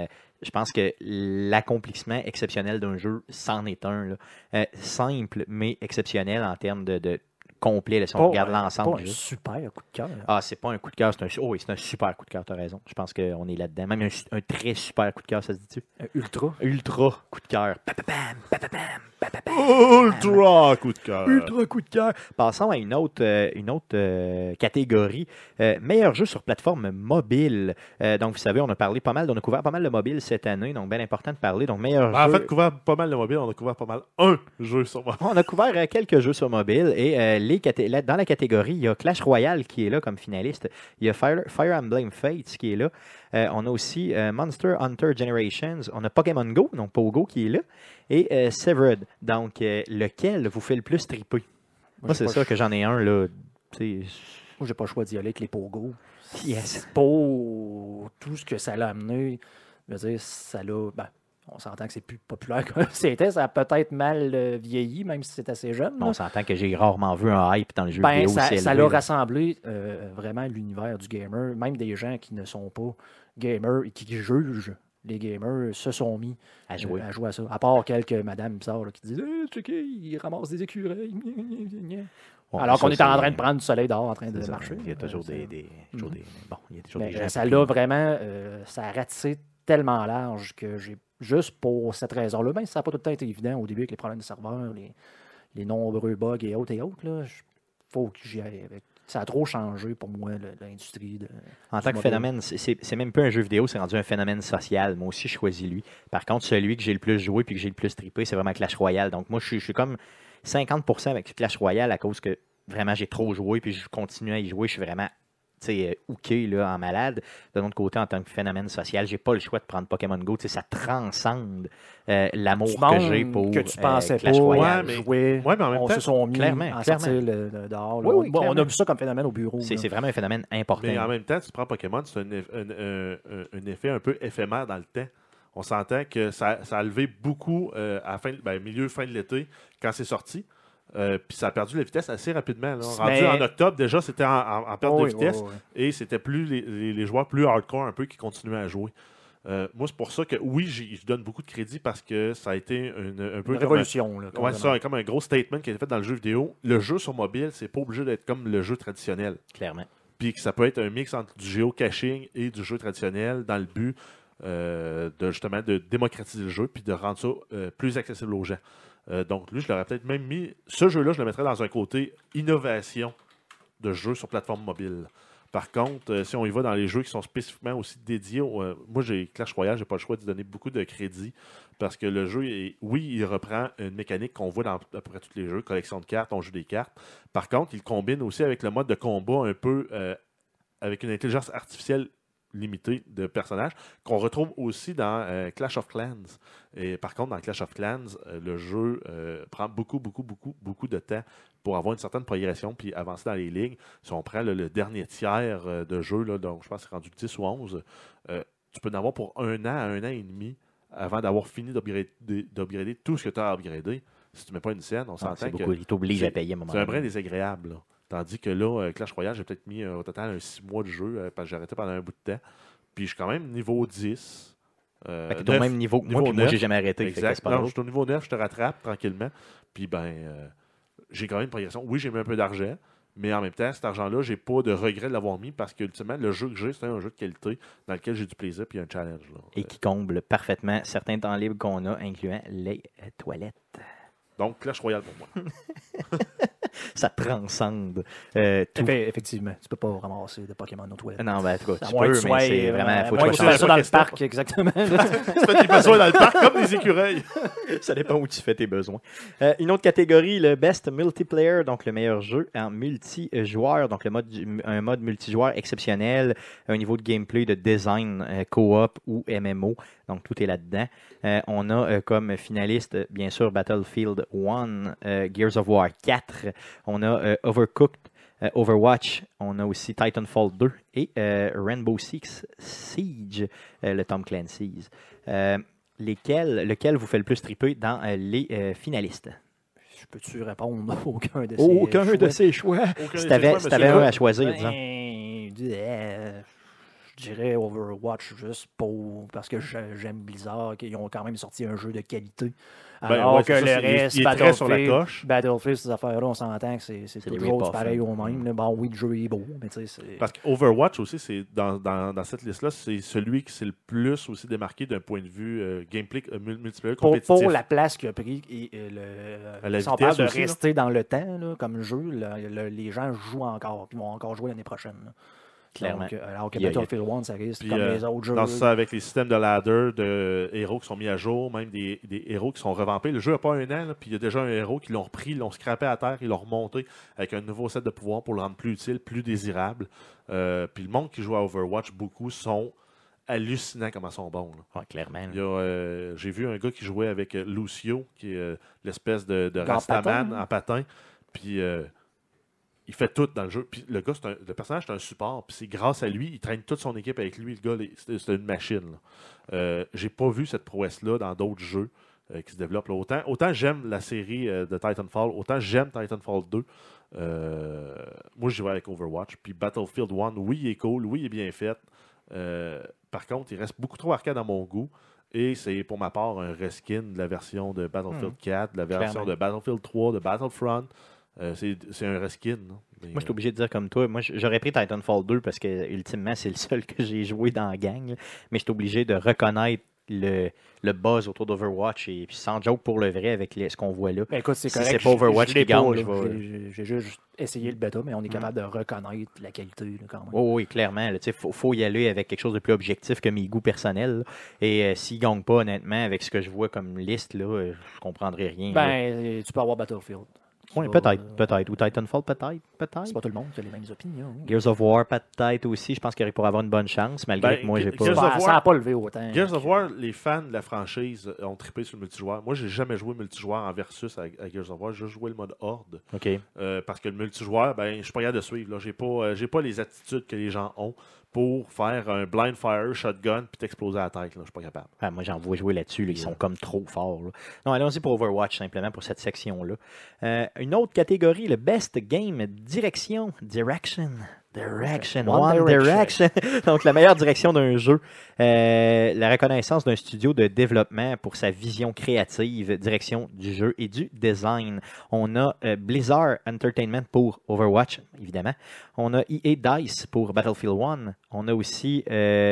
je pense que l'accomplissement exceptionnel d'un jeu, c'en est un. Là. Simple, mais exceptionnel en termes de complet, là, si on regarde l'ensemble du jeu. C'est pas un super coup de cœur. Ah, c'est pas un coup de cœur, c'est un super coup de cœur, tu as raison. Je pense qu'on est là-dedans. Même un très super coup de cœur, ça se dit-tu? Ultra. Ultra coup de cœur. Ultra coup de cœur. Ultra coup de cœur. Passons à une autre catégorie. Meilleur jeu sur plateforme mobile. Donc, vous savez, on a couvert pas mal de mobile cette année, donc bien important de parler. Donc, meilleur jeu. En fait, couvert pas mal de mobile, on a couvert pas mal un jeu sur mobile. On a couvert quelques jeux sur mobile et dans la catégorie, il y a Clash Royale qui est là comme finaliste. Il y a Fire Emblem Fates qui est là. On a aussi Monster Hunter Generations. On a Pokémon Go, donc Pogo qui est là. Et Severed. Donc, lequel vous fait le plus triper? Moi, c'est ça que j'en ai un, là. Moi, j'ai pas le choix d'y aller avec les Pogo. Yes. Pour tout ce que ça l'a amené, je veux dire, ça l'a... Ben, on s'entend que c'est plus populaire que c'était. Ça a peut-être mal vieilli, même si c'est assez jeune. On s'entend que j'ai rarement vu un hype dans le jeu vidéo. Ça l'a rassemblé vraiment l'univers du gamer. Même des gens qui ne sont pas gamers et qui jugent les gamers se sont mis à jouer à ça. À part quelques madames bizarres là, qui disent « checker, ils ramassent des écureuils. » Alors qu'on est en train de prendre du soleil dehors, en train de marcher. Il y a toujours des gens. Ça l'a vraiment... ça a ratissé tellement large que j'ai... Juste pour cette raison-là, ça n'a pas tout le temps été évident au début avec les problèmes de serveurs, les nombreux bugs et autres. Faut que j'y aille avec. Ça a trop changé pour moi, l'industrie. En tant que phénomène, c'est même pas un jeu vidéo, c'est rendu un phénomène social. Moi aussi, je choisis lui. Par contre, celui que j'ai le plus joué et que j'ai le plus trippé, c'est vraiment Clash Royale. Donc moi, je suis comme 50% avec Clash Royale à cause que vraiment j'ai trop joué puis je continue à y jouer. Je suis vraiment hooké là, en malade. De l'autre côté, en tant que phénomène social, j'ai pas le choix de prendre Pokémon Go. Ça transcende l'amour que j'ai pour que tu pensais Clash Royale. Mais en même temps, se sont mis à sortir dehors. Oui, on a vu ça comme phénomène au bureau. C'est vraiment un phénomène important. Mais en même temps, tu prends Pokémon, c'est un effet un peu éphémère dans le temps. On s'entend que ça a levé beaucoup à milieu, fin de l'été, quand c'est sorti. Puis ça a perdu la vitesse assez rapidement. Là. Rendu en octobre, déjà, c'était en perte de vitesse. Et c'était plus les joueurs plus hardcore un peu qui continuaient à jouer. Moi, c'est pour ça que, oui, je donne beaucoup de crédit parce que ça a été un peu une révolution. Comme un gros statement qui a été fait dans le jeu vidéo. Le jeu sur mobile, c'est pas obligé d'être comme le jeu traditionnel. Clairement. Puis que ça peut être un mix entre du géocaching et du jeu traditionnel dans le but de démocratiser le jeu puis de rendre ça plus accessible aux gens. Donc, lui, je l'aurais peut-être même mis... Ce jeu-là, je le mettrais dans un côté innovation de jeu sur plateforme mobile. Par contre, si on y va dans les jeux qui sont spécifiquement aussi dédiés... moi, j'ai Clash Royale, j'ai pas le choix de donner beaucoup de crédit parce que le jeu, il reprend une mécanique qu'on voit dans à peu près tous les jeux, collection de cartes, on joue des cartes. Par contre, il combine aussi avec le mode de combat un peu avec une intelligence artificielle limité de personnages qu'on retrouve aussi dans Clash of Clans. Et par contre, dans Clash of Clans, le jeu prend beaucoup de temps pour avoir une certaine progression puis avancer dans les lignes. Si on prend le dernier tiers de jeu, là, donc je pense que c'est rendu 10 ou 11, tu peux en avoir pour 1 an à 1 an et demi avant d'avoir fini d'upgrader tout ce que tu as upgradé. Si tu ne mets pas une scène, on s'entend que il t'oblige à payer à un moment. C'est un brin désagréable. Là. Tandis que là, Clash Royale, j'ai peut-être mis au total 6 mois de jeu parce que j'ai arrêté pendant un bout de temps. Puis je suis quand même niveau 10. Tu es au même niveau que moi, puis moi, j'ai jamais arrêté. Exact. Non, je suis au niveau 9, je te rattrape tranquillement. Puis j'ai quand même une progression. Oui, j'ai mis un peu d'argent, mais en même temps, cet argent-là, j'ai pas de regret de l'avoir mis parce qu'ultimement, le jeu que j'ai, c'est un jeu de qualité dans lequel j'ai du plaisir puis un challenge. Là. Et qui comble parfaitement certains temps libres qu'on a, incluant les toilettes. Donc, Clash Royale pour moi. Ça transcende tout. Effectivement, tu peux pas ramasser de Pokémon aux toilettes. Non, ben, tu peux, mais c'est vraiment... Faut que tu fasses ça dans le parc, exactement. Tu fais tes besoins dans le parc comme des écureuils. Ça dépend où tu fais tes besoins. Une autre catégorie, le Best Multiplayer, donc le meilleur jeu en multijoueur, donc un mode multijoueur exceptionnel, un niveau de gameplay, de design, co-op ou MMO, donc tout est là-dedans. On a comme finaliste, bien sûr, Battlefield 1, Gears of War 4, on a Overcooked, Overwatch, on a aussi Titanfall 2 et Rainbow Six Siege, le Tom Clancy's. Lequel vous fait le plus triper dans les finalistes? Je peux-tu répondre aucun de ces choix? Si tu avais un à choisir, disons. Je dirais Overwatch juste parce que j'aime Blizzard, qu'ils ont quand même sorti un jeu de qualité. Alors ouais, que c'est ça, le reste, il est très sur la coche. Battlefield, ces affaires-là, on s'entend que c'est des toujours rip-off, pareil hein. au même. Là. Bon, oui, le jeu est beau, mais tu sais, c'est... Parce qu'Overwatch aussi, c'est dans cette liste-là, c'est celui qui s'est le plus aussi démarqué d'un point de vue gameplay multiplayer compétitif. Pour la place qu'il a pris et la si on parle de vitesse aussi, rester dans le temps là, comme jeu, les gens jouent encore, puis vont encore jouer l'année prochaine. Là. Clairement. Donc, alors que Il y a- Battlefield 1, ça reste Puis, comme les autres jeux. dans ça, avec les systèmes de ladder, de héros qui sont mis à jour, même des héros qui sont revampés. Le jeu n'a pas un an, là, puis il y a déjà un héros qui l'ont repris, l'ont scrappé à terre, ils l'ont remonté avec un nouveau set de pouvoirs pour le rendre plus utile, plus désirable. Puis le monde qui joue à Overwatch, beaucoup sont hallucinants comment ils sont bons. Là. Ouais, clairement. Il y a, j'ai vu un gars qui jouait avec Lucio, qui est l'espèce de En Rastaman patin. en patin. Puis il fait tout dans le jeu. Puis le personnage, c'est un support. Puis c'est grâce à lui, il traîne toute son équipe avec lui. Le gars, c'est une machine. J'ai pas vu cette prouesse-là dans d'autres jeux qui se développent. Là. Autant j'aime la série de Titanfall, autant j'aime Titanfall 2. Moi, je jouais avec Overwatch. Puis Battlefield 1, oui, il est cool. Oui, il est bien fait. Par contre, il reste beaucoup trop arcade à mon goût. Et c'est pour ma part un reskin de la version de Battlefield 4, de la version Clairement. de Battlefield 3, de Battlefront. C'est un reskin. Là. Mais, Moi, je suis obligé de dire comme toi. Moi, j'aurais pris Titanfall 2 parce que, ultimement, c'est le seul que j'ai joué dans la gang. Là. Mais je suis obligé de reconnaître le buzz autour d'Overwatch. Et puis, sans joke pour le vrai, avec ce qu'on voit là. Ben, écoute, c'est Si correct. c'est pas Overwatch je l'ai qui gagne, pas, je là. vais- J'ai juste essayé le bêta, mais on est capable de reconnaître la qualité là, quand même. Oh, oui, clairement. Il faut y aller avec quelque chose de plus objectif que mes goûts personnels. Là. Et s'il ne gagne pas, honnêtement, avec ce que je vois comme liste, là, je ne comprendrai rien. là. Ben, tu peux avoir Battlefield. Oui, Tu vas, peut-être. Ou Titanfall, peut-être. C'est pas tout le monde qui a les mêmes opinions. Oui. Gears of War, peut-être aussi. Je pense qu'il pourrait avoir une bonne chance, malgré Ben, que moi, j'ai pas. Gears of War- Ça n'a pas levé autant. Gears of War, les fans de la franchise ont trippé sur le multijoueur. Moi, j'ai jamais joué multijoueur en versus à Gears of War. J'ai juste joué le mode Horde. OK. Parce que le multijoueur, ben, je suis pas capable de suivre. Là. J'ai pas les attitudes que les gens ont pour faire un blind fire shotgun puis t'exploser à la tête. Là. Je suis pas capable. Ah, moi, j'en vois jouer là-dessus. Là. Ils sont comme trop forts. Là. Non, allons-y pour Overwatch, simplement, pour cette section-là. Une autre catégorie, le Best Game Direction. One Direction. Donc, la meilleure direction d'un jeu. La reconnaissance d'un studio de développement pour sa vision créative, direction du jeu et du design. On a Blizzard Entertainment pour Overwatch, évidemment. On a EA Dice pour Battlefield 1. On a aussi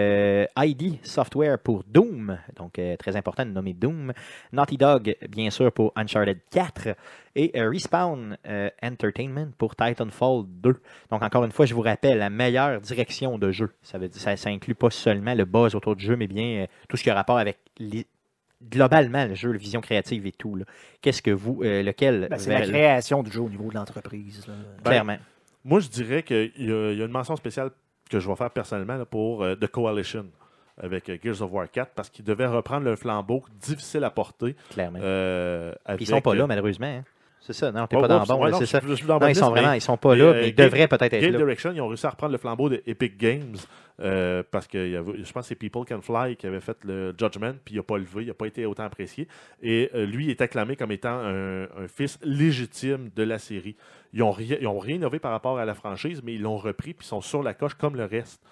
ID Software pour Doom. Donc, très important de nommer Doom. Naughty Dog, bien sûr, pour Uncharted 4. Et Respawn Entertainment pour Titanfall 2. Donc, encore une fois, je vous rappelle, la meilleure direction de jeu. Ça veut dire, ça inclut pas seulement le buzz autour du jeu, mais bien tout ce qui a rapport avec globalement le jeu, la vision créative et tout. Là. Qu'est-ce que vous, lequel Ben, c'est la création du jeu au niveau de l'entreprise. Là. Clairement. Moi, je dirais qu'il y a une mention spéciale que je vais faire personnellement là, pour The Coalition avec Gears of War 4 parce qu'ils devaient reprendre le flambeau difficile à porter. Clairement. Avec, Ils sont pas là, malheureusement. Hein. C'est ça, non, t'es Oh, pas dans le oups, bon, ouais, là, non, c'est ça. je suis dans Non, ma ils liste, sont vraiment, mais, ils sont pas là, mais ils devraient peut-être être Game là. Direction, ils ont réussi à reprendre le flambeau de Epic Games parce que je pense que c'est People Can Fly qui avait fait le Judgment, puis il n'a pas levé, il n'a pas été autant apprécié. Et lui est acclamé comme étant un fils légitime de la série. Ils n'ont rien innové par rapport à la franchise, mais ils l'ont repris, puis ils sont sur la coche comme le reste.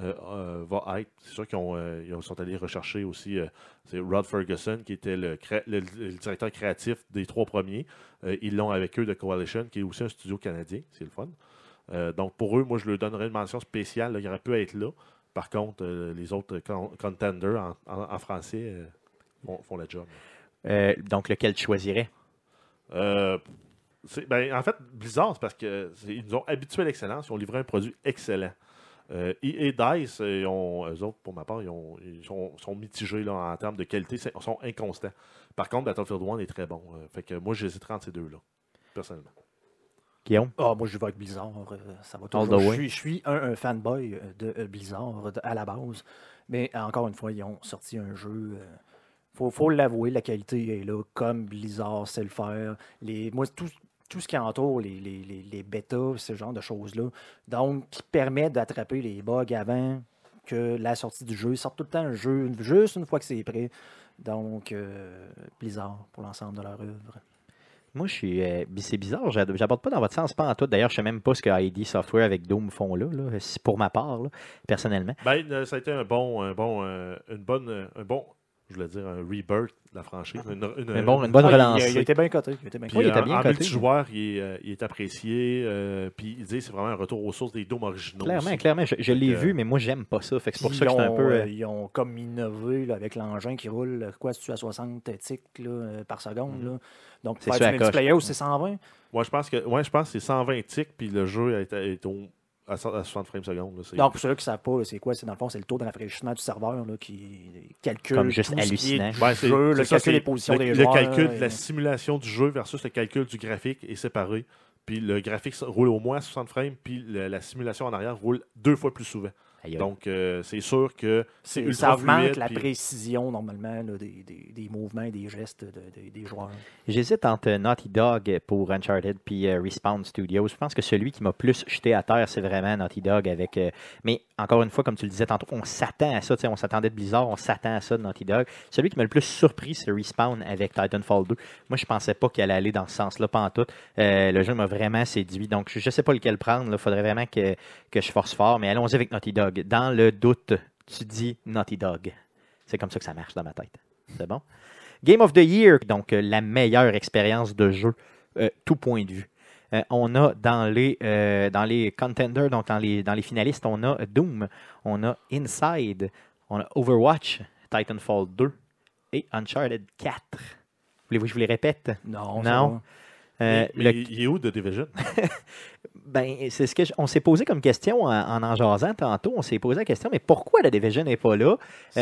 Va être. C'est sûr qu'ils sont allés rechercher aussi c'est Rod Ferguson qui était le directeur créatif des 3 premiers. Ils l'ont avec eux de Coalition, qui est aussi un studio canadien. C'est le fun. Donc pour eux, moi je leur donnerais une mention spéciale. Là, il aurait pu être là. Par contre, les autres contenders en français font le job. Donc lequel tu choisirais? En fait, Blizzard, c'est parce qu'ils nous ont habitués à l'excellence. Ils ont livré un produit excellent. EA Dice, eux autres, pour ma part, ils sont mitigés là, en termes de qualité, ils sont inconstants. Par contre, Battlefield 1 est très bon. Fait que moi, j'hésiterais entre ces deux-là, personnellement. Guillaume? Moi, je vais avec Blizzard. Ça va All toujours. the way. Je suis un fanboy de Blizzard à la base. Mais encore une fois, ils ont sorti un jeu. Faut l'avouer, la qualité est là, comme Blizzard sait le faire. Moi, tout ce qui entoure les bêtas, ce genre de choses-là. Donc, qui permet d'attraper les bugs avant que la sortie du jeu. Ils sortent tout le temps le jeu, juste une fois que c'est prêt. Donc, Blizzard pour l'ensemble de leur œuvre. Moi, c'est bizarre, j'aborde pas dans votre sens, pas en tout. D'ailleurs, je sais même pas ce que ID Software avec Doom font là, c'est pour ma part, là, personnellement. Ben, ça a été un bon, je voulais dire un rebirth de la franchise. Une bonne relance. Il a été bien coté. Puis, il était bien en coté. multijoueur, il est apprécié. Puis il dit que c'est vraiment un retour aux sources des Dooms originaux. Clairement. Je l'ai vu, mais moi, j'aime pas ça. Fait que c'est pour ça que je suis un peu. Ils ont comme innové là, avec l'engin qui roule, c'est-tu à 60 ticks là, par seconde. Là. Donc, C'est faire ça, du à coche. multiplayer, c'est 120. Moi, je pense que c'est 120 ticks, puis le jeu est à 60 frames secondes. Là, Donc, pour ceux qui ne savent pas, c'est quoi? C'est dans le fond, c'est le taux de rafraîchissement du serveur là, qui calcule Comme juste tout ce qui est hallucinant. du Ben, jeu, le calcul des positions des le joueurs. calcul de la simulation du jeu versus le calcul du graphique est séparé. Puis le graphique roule au moins à 60 frames, puis la simulation en arrière roule 2 fois plus souvent. Aïe. Donc, c'est sûr que c'est ça ultra augmente fluide. la puis- précision, normalement, là, des mouvements et des gestes des joueurs. J'hésite entre Naughty Dog pour Uncharted puis Respawn Studios. Je pense que celui qui m'a plus jeté à terre, c'est vraiment Naughty Dog avec. Mais encore une fois, comme tu le disais tantôt, on s'attend à ça. On s'attendait de Blizzard, on s'attend à ça de Naughty Dog. Celui qui m'a le plus surpris, c'est Respawn avec Titanfall 2. Moi, je pensais pas qu'il allait aller dans ce sens-là, pas en tout. Le jeu m'a vraiment séduit. Donc, je sais pas lequel prendre. Il faudrait vraiment que je force fort. Mais allons-y avec Naughty Dog. Dans le doute, tu dis Naughty Dog. C'est comme ça que ça marche dans ma tête. C'est bon? Game of the Year, donc la meilleure expérience de jeu, tout point de vue. On a dans les contenders, donc dans les finalistes, on a Doom, on a Inside, on a Overwatch, Titanfall 2 et Uncharted 4. Voulez-vous que je vous les répète? Non. Mais il est où The Division? Ben, c'est ce que on s'est posé comme question en jasant tantôt. On s'est posé la question, mais pourquoi la Division n'est pas là?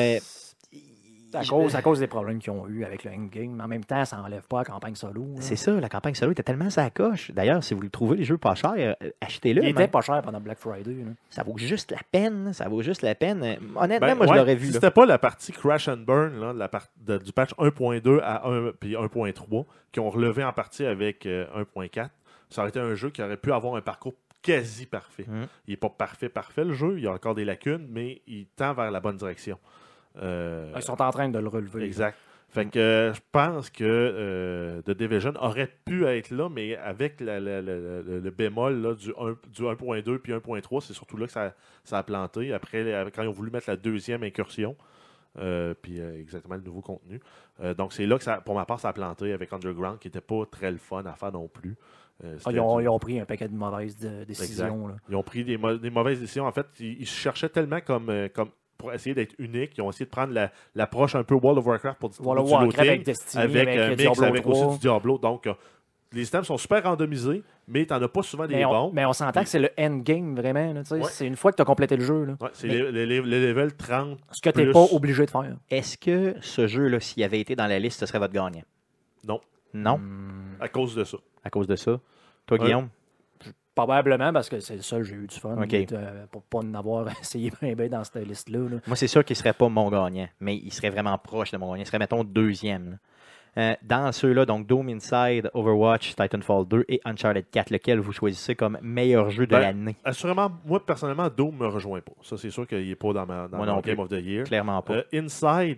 À cause des problèmes qu'ils ont eu avec le endgame. Mais en même temps, ça n'enlève pas la campagne solo. Là. C'est ça, la campagne solo était tellement sacoche. D'ailleurs, si vous le trouvez, les jeux pas chers, achetez-le. Il était pas cher pendant Black Friday. Là. Ça vaut juste la peine. Ça vaut juste la peine. Honnêtement, moi, je l'aurais vu. Si Là. c'était pas la partie Crash and Burn, là, du patch 1.2 à 1 puis 1.3, qui ont relevé en partie avec 1.4, ça aurait été un jeu qui aurait pu avoir un parcours quasi parfait. Il n'est pas parfait, le jeu. Il y a encore des lacunes, mais il tend vers la bonne direction. Ils sont en train de le relever. Exact. Fait que je pense que The Division aurait pu être là, mais avec le bémol là, du 1.2 puis 1.3, c'est surtout là que ça a planté. Après, quand ils ont voulu mettre la deuxième incursion, puis exactement le nouveau contenu. Donc c'est là que pour ma part, ça a planté avec Underground, qui n'était pas très le fun à faire non plus. Ils ont pris un paquet de mauvaises décisions. Là. Ils ont pris des mauvaises décisions. En fait, ils se cherchaient tellement comme pour essayer d'être unique. Ils ont essayé de prendre l'approche un peu World of Warcraft pour du looting, avec Destiny, avec un mix Diablo avec 3. aussi du Diablo. Donc, les items sont super randomisés, mais tu n'en as pas souvent des bons. Mais on s'entend que c'est le endgame, vraiment. Là, Ouais. C'est une fois que tu as complété le jeu. Là. Ouais, c'est le level 30. Ce que tu n'es pas obligé de faire. Est-ce que ce jeu-là, s'il avait été dans la liste, ce serait votre gagnant? Non. Non? À cause de ça. À cause de ça? Toi, Guillaume? Probablement parce que c'est le seul que j'ai eu du fun. Okay. Pour pas en avoir essayé bien dans cette liste-là. Là. Moi, c'est sûr qu'il ne serait pas mon gagnant, mais il serait vraiment proche de mon gagnant. Il serait, mettons, deuxième. Dans ceux-là, donc Doom Inside, Overwatch, Titanfall 2 et Uncharted 4, lequel vous choisissez comme meilleur jeu de l'année? Assurément, moi, personnellement, Doom ne me rejoint pas. Ça, c'est sûr qu'il n'est pas dans mon Game of the Year. Clairement pas. Inside,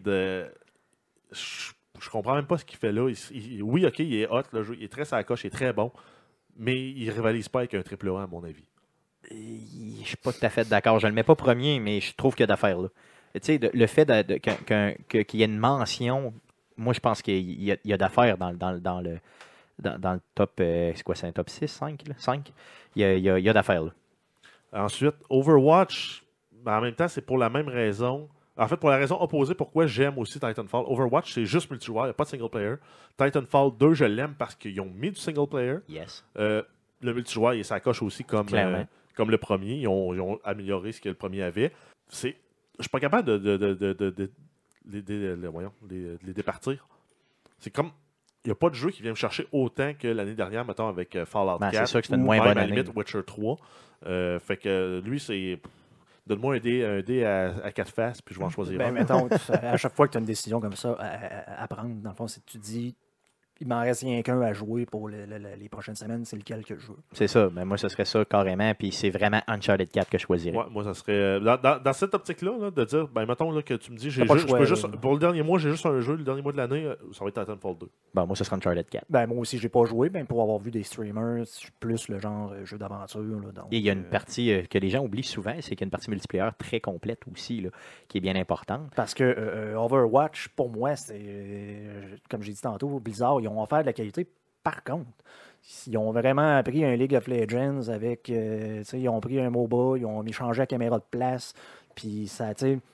je comprends même pas ce qu'il fait là. Oui, OK, il est hot, le jeu. Il est très sacoche, il est très bon. Mais il ne rivalise pas avec un AAA, à mon avis. Je ne suis pas tout à fait d'accord. Je ne le mets pas premier, mais je trouve qu'il y a d'affaires là. Tu sais, le fait qu'il y ait une mention, moi, je pense qu'il y a d'affaires dans le top. C'est quoi, c'est un top 6, 5? 5? Il y a d'affaires là. Ensuite, Overwatch, en même temps, c'est pour la même raison. En fait, pour la raison opposée, pourquoi j'aime aussi Titanfall. Overwatch, c'est juste multijoueur, il n'y a pas de single player. Titanfall 2, je l'aime parce qu'ils ont mis du single player. Yes. Le multijoueur, il s'accroche aussi comme le premier. Ils ont amélioré ce que le premier avait. Je suis pas capable de les départir. C'est comme... Il n'y a pas de jeu qui vient me chercher autant que l'année dernière, mettons, avec Fallout 4. C'est sûr que c'est une ou moins même bonne à la année. limite Witcher 3. Fait que lui, c'est... Donne-moi un dé à 4 faces, puis je vais en choisir un. Mettons, à chaque fois que tu as une décision comme ça à prendre, dans le fond, c'est que tu dis il m'en reste rien qu'un à jouer pour les prochaines semaines, c'est lequel que je veux. C'est ça. Mais moi, ce serait ça carrément. Puis c'est vraiment Uncharted 4 que je choisirais. Ouais, moi, ça serait. Dans cette optique-là, là, de dire, ben, mettons là, que tu me dis, T'as pas le je choix, peux là. juste. Pour le dernier mois, j'ai juste un jeu. Le dernier mois de l'année, ça va être Titanfall 2. Bon, moi, ce serait Uncharted 4. Ben, moi aussi, j'ai pas joué, ben, pour avoir vu des streamers, c'est plus le genre jeu d'aventure. Là, donc, Et il y a une partie que les gens oublient souvent, c'est qu'il y a une partie multiplayer très complète aussi, là, qui est bien importante. Parce que Overwatch, pour moi, c'est comme j'ai dit tantôt, Blizzard, ils ont offert de la qualité. Par contre, ils ont vraiment pris un League of Legends avec, ils ont pris un MOBA, ils ont changé la caméra de place, puis ça,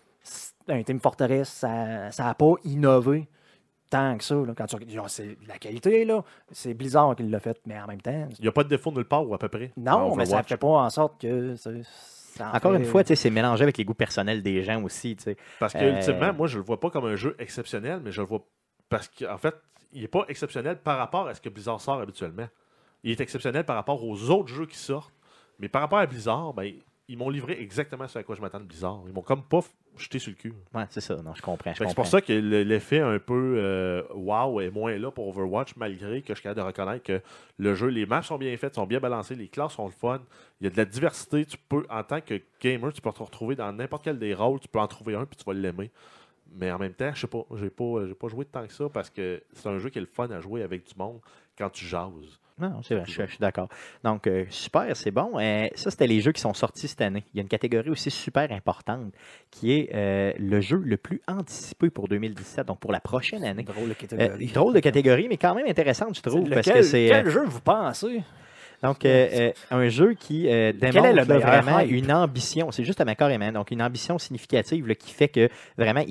un Team Fortress, ça n'a pas innové tant que ça. Là, quand c'est la qualité, là, c'est Blizzard qui l'a fait, mais en même temps. Il n'y a pas de défaut nulle part, ou à peu près. Non, mais ça ne fait pas en sorte que. Encore une fois, c'est mélangé avec les goûts personnels des gens aussi. Parce que, ultimement, moi, je le vois pas comme un jeu exceptionnel, mais je le vois parce qu'en fait, il n'est pas exceptionnel par rapport à ce que Blizzard sort habituellement. Il est exceptionnel par rapport aux autres jeux qui sortent. Mais par rapport à Blizzard, ben, ils m'ont livré exactement ce à quoi je m'attends de Blizzard. Ils m'ont comme pas jeté sur le cul. Ouais, c'est ça. Non, je comprends. C'est pour ça que l'effet un peu wow est moins là pour Overwatch, malgré que je suis capable de reconnaître que le jeu, les maps sont bien faites, sont bien balancées, les classes sont le fun. Il y a de la diversité. Tu peux, en tant que gamer, tu peux te retrouver dans n'importe quel des rôles. Tu peux en trouver un puis tu vas l'aimer. Mais en même temps, je sais pas, j'ai pas joué tant que ça parce que c'est un jeu qui est le fun à jouer avec du monde quand tu jases. Non, c'est vrai, je suis d'accord. Donc, super, c'est bon. Ça, c'était les jeux qui sont sortis cette année. Il y a une catégorie aussi super importante qui est le jeu le plus anticipé pour 2017, donc pour la prochaine année. Drôle de catégorie. Drôle de catégorie, mais quand même intéressante, je trouve. Parce que c'est, quel jeu vous pensez? Donc, un jeu qui démontre là, vraiment une ambition. C'est justement carrément. Donc, une ambition significative là, qui fait que vraiment,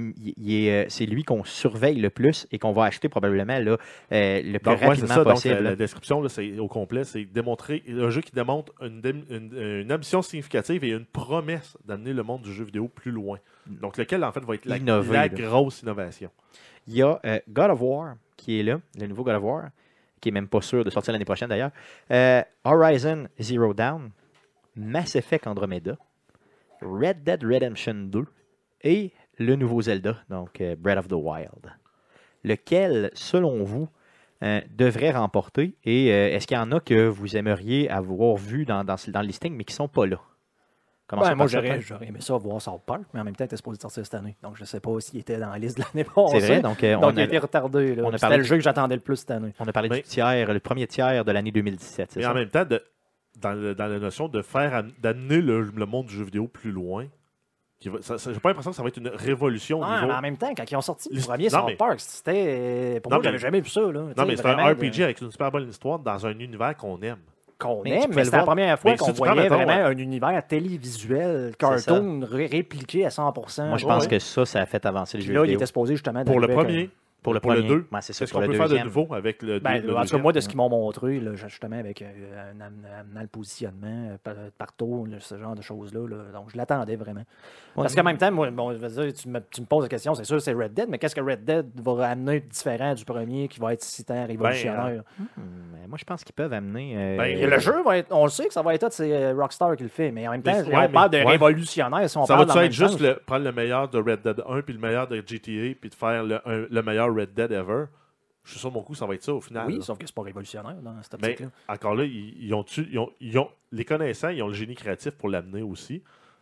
c'est lui qu'on surveille le plus et qu'on va acheter probablement là, le plus rapidement possible. Donc, la description, là, c'est, au complet, c'est démontrer un jeu qui démontre une ambition significative et une promesse d'amener le monde du jeu vidéo plus loin. Donc, lequel, en fait, va être la grosse innovation. Il y a God of War qui est là, le nouveau God of War, qui n'est même pas sûr de sortir l'année prochaine d'ailleurs. Horizon Zero Dawn, Mass Effect Andromeda, Red Dead Redemption 2 et le nouveau Zelda, donc Breath of the Wild. Lequel, selon vous, devrait remporter et est-ce qu'il y en a que vous aimeriez avoir vu dans le listing mais qui ne sont pas là? Moi, j'aurais aimé ça voir South Park, mais en même temps, il était supposé sortir cette année. Donc, je ne sais pas s'il était dans la liste de l'année passée. C'est vrai, donc il a été retardé. C'était le jeu que j'attendais le plus cette année. On a parlé du tiers, le premier tiers de l'année 2017. Mais en même temps, dans la notion d'amener le monde du jeu vidéo plus loin, j'ai pas l'impression que ça va être une révolution. Mais en même temps, quand ils ont sorti le premier South Park, c'était. Pour moi, j'avais jamais vu ça. Là, non, mais c'est un RPG avec une super bonne histoire dans un univers qu'on aime. Mais c'est la première fois qu'on voyait vraiment un univers télévisuel, cartoon, répliqué à 100%. Moi, je pense que ça a fait avancer le jeu vidéo. Là, il était supposé justement pour le premier. Pour le deux. C'est ça, ce qu'on peut faire de nouveau avec le en tout cas, moi, de ce qu'ils m'ont montré, là, justement, avec un positionnement partout, ce genre de choses-là. Donc, je l'attendais vraiment. Parce qu'en même temps, moi, tu me poses la question, c'est sûr, c'est Red Dead, mais qu'est-ce que Red Dead va amener de différent du premier qui va être si tant révolutionnaire? Moi, je pense qu'ils peuvent amener... le jeu, on le sait que ça va être c'est Rockstar qui le fait, mais en même temps, on parle de révolutionnaire. Si on ça parle va-tu être juste prendre le meilleur de Red Dead 1 puis le meilleur de GTA puis de faire le meilleur Red Dead ever? Je suis sûr, mon coup, ça va être ça au final. Oui, là. sauf que c'est pas révolutionnaire dans cette optique-là. Mais encore là, ils ont les connaissants, ils ont le génie créatif pour l'amener aussi.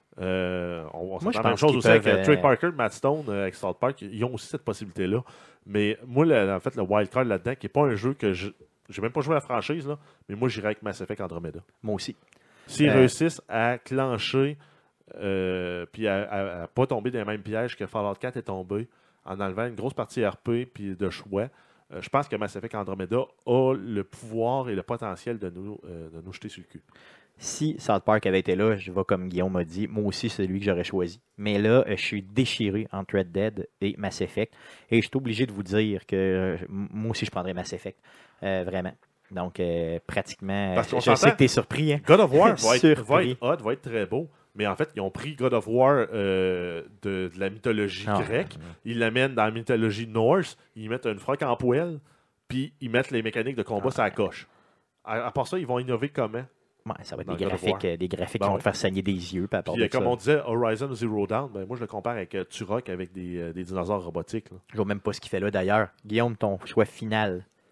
On s'entend la même chose aussi avec Trey Parker, Matt Stone, avec South Park. Ils ont aussi cette possibilité-là. Mais moi, en fait, le wildcard là-dedans, qui n'est pas un jeu que j'ai même pas joué à la franchise, là, mais moi, j'irais avec Mass Effect Andromeda. Moi aussi. S'ils réussissent à clencher puis à ne pas tomber dans les mêmes pièges que Fallout 4 est tombé, en enlevant une grosse partie RP puis de choix, je pense que Mass Effect Andromeda a le pouvoir et le potentiel de nous jeter sur le cul. Si South Park avait été là, je vais comme Guillaume m'a dit, moi aussi c'est lui que j'aurais choisi. Mais là, je suis déchiré entre Red Dead et Mass Effect. Et je suis obligé de vous dire que moi aussi je prendrais Mass Effect. Vraiment. Donc, pratiquement, je sais que tu es surpris. Hein? God of War va être très beau. Mais en fait, ils ont pris God of War de la mythologie grecque. Ils l'amènent dans la mythologie norse. Ils mettent une froc en poêle. Puis ils mettent les mécaniques de combat sur la coche. À part ça, ils vont innover comment? Ouais, ça va être des graphiques qui vont te faire saigner des yeux. Puis, comme on disait, Horizon Zero Dawn, moi je le compare avec Turok avec des dinosaures robotiques. Là. Je vois même pas ce qu'il fait là d'ailleurs. Guillaume, ton choix final.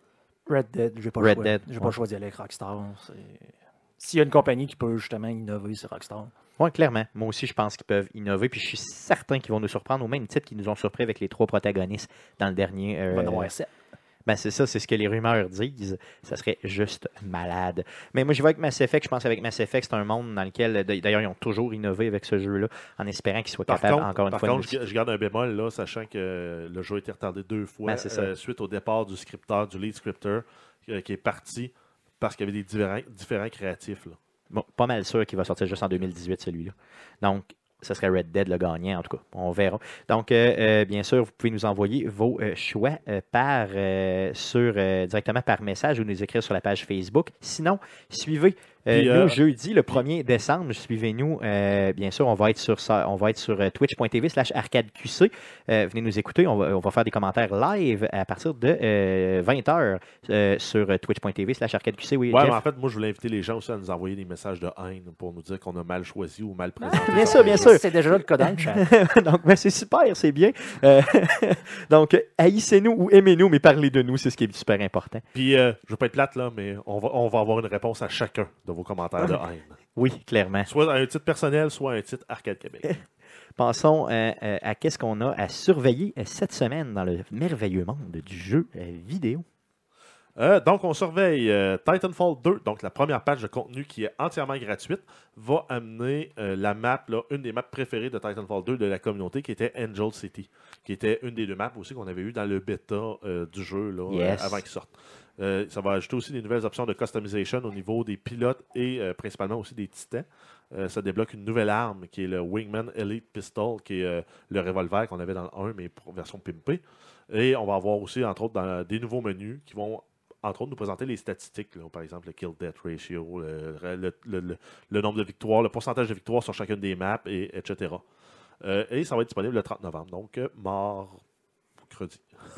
Red Dead, j'ai pas Red le choix. Dead, J'ai pas ouais. le choix d'y aller avec Rockstar. S'il y a une compagnie qui peut justement innover, c'est Rockstar. Oui, clairement. Moi aussi, je pense qu'ils peuvent innover. Puis je suis certain qu'ils vont nous surprendre au même titre qu'ils nous ont surpris avec les 3 protagonistes dans le dernier. Il va en avoir 7. Ben c'est ça, c'est ce que les rumeurs disent. Ça serait juste malade. Mais moi, je vais avec Mass Effect. Je pense qu'avec Mass Effect, c'est un monde dans lequel, d'ailleurs, ils ont toujours innové avec ce jeu-là, en espérant qu'ils soient capables, encore une Par fois, contre, je garde un bémol, là, sachant que le jeu a été retardé 2 fois Ben, c'est ça. suite au départ du scripteur, du lead scripter, qui est parti parce qu'il y avait des différents créatifs. Là. Bon, pas mal sûr qu'il va sortir juste en 2018, celui-là. Donc, ce serait Red Dead le gagnant, en tout cas. On verra. Donc, bien sûr, vous pouvez nous envoyer vos choix directement par message ou nous écrire sur la page Facebook. Sinon, suivez nous jeudi, le 1er décembre. Suivez-nous. Bien sûr, on va être sur twitch.tv/arcadeqc. Venez nous écouter. On va faire des commentaires live à partir de 20h sur twitch.tv/arcadeqc. Oui, Ouais, Jeff? mais en fait, moi, je voulais inviter les gens aussi à nous envoyer des messages de haine pour nous dire qu'on a mal choisi ou mal présenté. bien sûr, bien sûr. C'est déjà le cas dans le chat. Donc, ben, c'est super, c'est bien. Donc, haïssez-nous ou aimez-nous, mais parlez de nous, c'est ce qui est super important. Puis, je ne veux pas être plate, là, mais on va avoir une réponse à chacun de vos commentaires de haine. Oui, clairement. Soit à un titre personnel, soit à un titre Arcade Québec. Pensons à qu'est-ce qu'on a à surveiller cette semaine dans le merveilleux monde du jeu vidéo. Donc, on surveille Titanfall 2, donc la première page de contenu qui est entièrement gratuite, va amener la map, là, une des maps préférées de Titanfall 2 de la communauté, qui était Angel City, qui était une des 2 maps aussi qu'on avait eu dans le bêta du jeu là, Yes. avant qu'il sorte. Ça va ajouter aussi des nouvelles options de customization au niveau des pilotes et principalement aussi des titans. Ça débloque une nouvelle arme qui est le Wingman Elite Pistol, qui est le revolver qu'on avait dans le 1, mais pour version pimpée. Et on va avoir aussi, entre autres, des nouveaux menus qui vont entre autres, nous présenter les statistiques, là, par exemple le kill-death ratio, le nombre de victoires, le pourcentage de victoires sur chacune des maps, etc. Et ça va être disponible le 30 novembre, donc mercredi.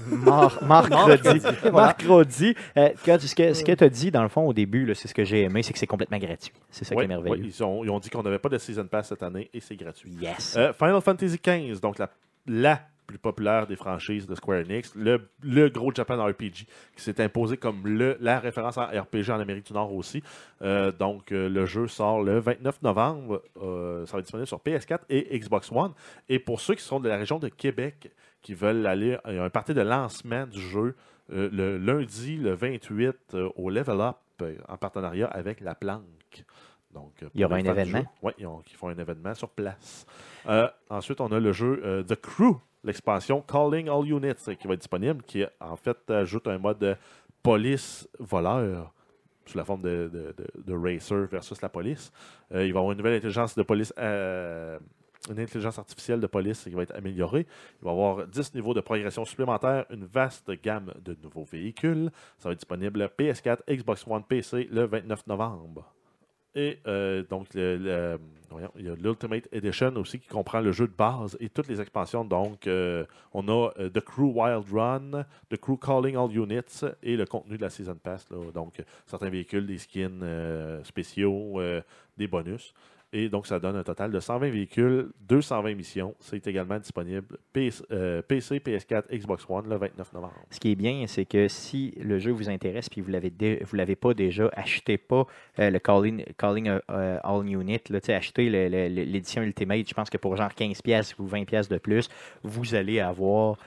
Mercredi. Ce que tu as dit, dans le fond, au début, là, c'est ce que j'ai aimé, c'est que c'est complètement gratuit. C'est ça qui est merveilleux. Ils ont dit qu'on n'avait pas de Season Pass cette année et c'est gratuit. Yes. Final Fantasy XV, donc la plus populaire des franchises de Square Enix, le gros Japan RPG qui s'est imposé comme la référence en RPG en Amérique du Nord aussi. Donc, le jeu sort le 29 novembre. Ça va être disponible sur PS4 et Xbox One. Et pour ceux qui sont de la région de Québec, qui veulent aller, il y a un party de lancement du jeu le lundi, le 28, au Level Up, en partenariat avec La Planque. Donc, il y aura un événement? Oui, ils font un événement sur place. Ensuite, on a le jeu The Crew, l'expansion Calling All Units qui va être disponible, qui en fait ajoute un mode police voleur sous la forme de racer versus la police. Il va y avoir une nouvelle intelligence de police, une intelligence artificielle de police qui va être améliorée. Il va y avoir 10 niveaux de progression supplémentaires, une vaste gamme de nouveaux véhicules. Ça va être disponible PS4, Xbox One, PC le 29 novembre. Et donc, il y a l'Ultimate Edition aussi qui comprend le jeu de base et toutes les expansions. Donc, on a The Crew Wild Run, The Crew Calling All Units et le contenu de la Season Pass. Là. Donc, certains véhicules, des skins spéciaux, des bonus. Et donc, ça donne un total de 120 véhicules, 220 missions. C'est également disponible PC, PS4, Xbox One le 29 novembre. Ce qui est bien, c'est que si le jeu vous intéresse et vous ne l'avez pas déjà, achetez pas le Calling All Unit. Là, achetez l'édition Ultimate. Je pense que pour genre 15$ ou 20$ de plus, vous allez avoir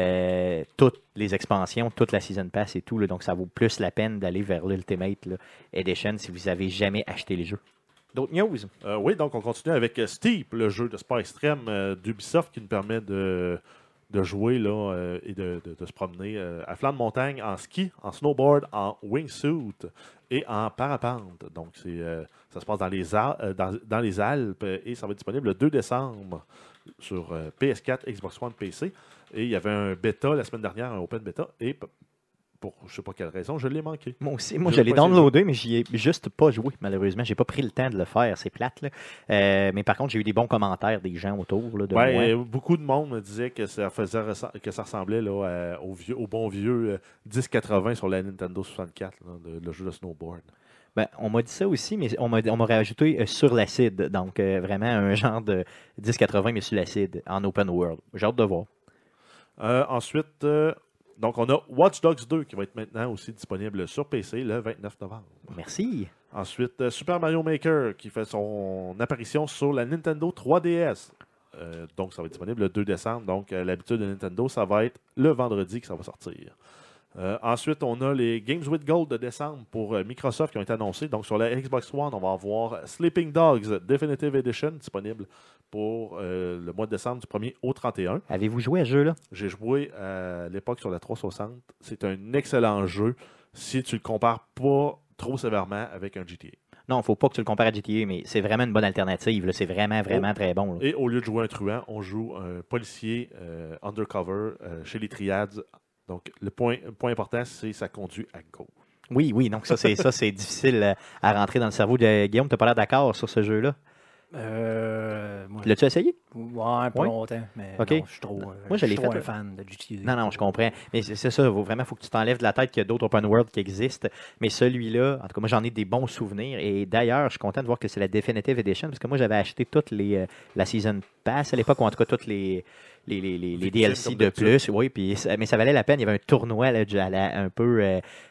toutes les expansions, toute la Season Pass et tout. Là, donc, ça vaut plus la peine d'aller vers l'Ultimate Edition si vous n'avez jamais acheté les jeux. D'autres news? Oui, donc on continue avec Steep, le jeu de sport extrême d'Ubisoft qui nous permet de jouer là, et de se promener à flanc de montagne en ski, en snowboard, en wingsuit et en parapente. Donc, ça se passe dans les Alpes et ça va être disponible le 2 décembre sur PS4, Xbox One, PC. Et il y avait un bêta la semaine dernière, un open bêta, et pour je ne sais pas quelle raison, je l'ai manqué. Moi aussi, je l'ai downloadé, mais j'y ai juste pas joué, malheureusement. J'ai pas pris le temps de le faire, c'est plate. Là. Mais par contre, j'ai eu des bons commentaires des gens autour là, de moi. Beaucoup de monde me disait que ça ressemblait là, au bon vieux 1080 sur la Nintendo 64, là, le jeu de snowboard. Ben, on m'a dit ça aussi, mais on m'a rajouté sur l'acide. Donc, vraiment un genre de 1080, mais sur l'acide, en open world. J'ai hâte de voir. Ensuite, Donc, on a Watch Dogs 2 qui va être maintenant aussi disponible sur PC le 29 novembre. Merci. Ensuite, Super Mario Maker qui fait son apparition sur la Nintendo 3DS. Donc, ça va être disponible le 2 décembre. Donc, l'habitude de Nintendo, ça va être le vendredi que ça va sortir. Ensuite, on a les Games with Gold de décembre pour Microsoft qui ont été annoncés. Donc, sur la Xbox One, on va avoir Sleeping Dogs Definitive Edition disponible pour le mois de décembre du 1er au 31. Avez-vous joué à ce jeu-là? J'ai joué à l'époque sur la 360. C'est un excellent jeu si tu le compares pas trop sévèrement avec un GTA. Non, il ne faut pas que tu le compares à GTA, mais c'est vraiment une bonne alternative. Là. C'est vraiment très bon. Là. Et au lieu de jouer un truand, on joue un policier undercover chez les triades. Donc, le point important, c'est ça conduit à gauche. Oui, donc ça, c'est difficile à rentrer dans le cerveau de Guillaume. Tu n'as pas l'air d'accord sur ce jeu-là? Moi, L'as-tu essayé? Ouais, pas longtemps, mais OK. non, je suis trop, Moi, je l'ai trop fait, un fan de GTA. Non, je comprends. Mais c'est ça, vraiment, il faut que tu t'enlèves de la tête qu'il y a d'autres open world qui existent. Mais celui-là, en tout cas, moi, j'en ai des bons souvenirs. Et d'ailleurs, je suis content de voir que c'est la Definitive Edition, parce que moi, j'avais acheté toute la Season Pass à l'époque, ou en tout cas, toutes les DLC de plus. Oui, mais ça valait la peine. Il y avait un tournoi là, un peu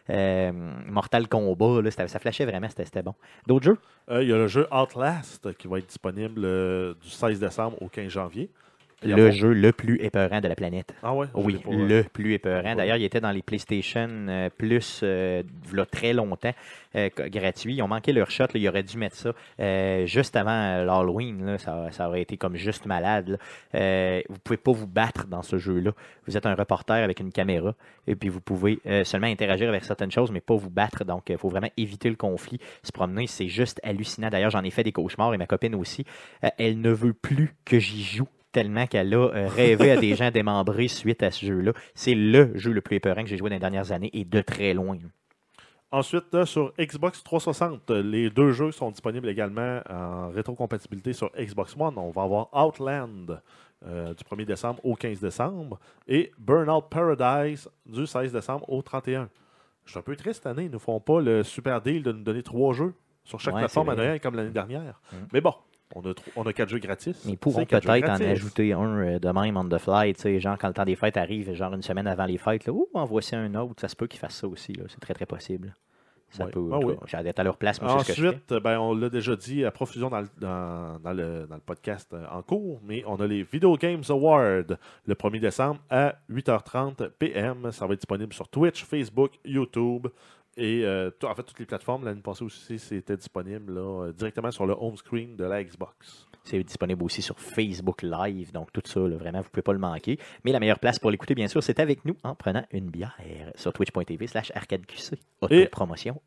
Mortal Kombat. Là, ça flashait vraiment, c'était bon. D'autres jeux? Il y a le jeu Outlast qui va être disponible du 16 décembre au 15 janvier. Le jeu le plus épeurant de la planète. Ah ouais? Oui, le plus épeurant. D'ailleurs, il était dans les PlayStation Plus là, très longtemps, gratuit. Ils ont manqué leur shot. Là. Ils auraient dû mettre ça juste avant l'Halloween. Là. Ça aurait été comme juste malade. Vous ne pouvez pas vous battre dans ce jeu-là. Vous êtes un reporter avec une caméra et puis vous pouvez seulement interagir avec certaines choses, mais pas vous battre. Donc, il faut vraiment éviter le conflit. Se promener, c'est juste hallucinant. D'ailleurs, j'en ai fait des cauchemars et ma copine aussi. Elle ne veut plus que j'y joue, tellement qu'elle a rêvé à des gens démembrés suite à ce jeu-là. C'est le jeu le plus épeurant que j'ai joué dans les dernières années et de très loin. Ensuite, sur Xbox 360, les deux jeux sont disponibles également en rétrocompatibilité sur Xbox One. On va avoir Outland du 1er décembre au 15 décembre et Burnout Paradise du 16 décembre au 31. Je suis un peu triste cette année. Ils ne nous font pas le super deal de nous donner 3 jeux sur chaque plateforme à Noël comme l'année dernière. Mais bon. On a 4 jeux gratis. Mais ils pourront peut-être en ajouter un de même on the fly, genre quand le temps des fêtes arrive, genre une semaine avant les fêtes, là, en voici un autre, ça se peut qu'ils fassent ça aussi, là. C'est très très possible. Ça peut, j'ai d'être à leur place, moi, c'est ce que je fais. On l'a déjà dit à profusion dans le podcast en cours, mais on a les Video Games Awards le 1er décembre à 8h30 p.m. Ça va être disponible sur Twitch, Facebook, YouTube. Et en fait, toutes les plateformes, l'année passée aussi, c'était disponible là, directement sur le home screen de la Xbox. C'est disponible aussi sur Facebook Live, donc tout ça, là, vraiment, vous ne pouvez pas le manquer. Mais la meilleure place pour l'écouter, bien sûr, c'est avec nous en prenant une bière sur twitch.tv/arcadeqc. Autopromotion.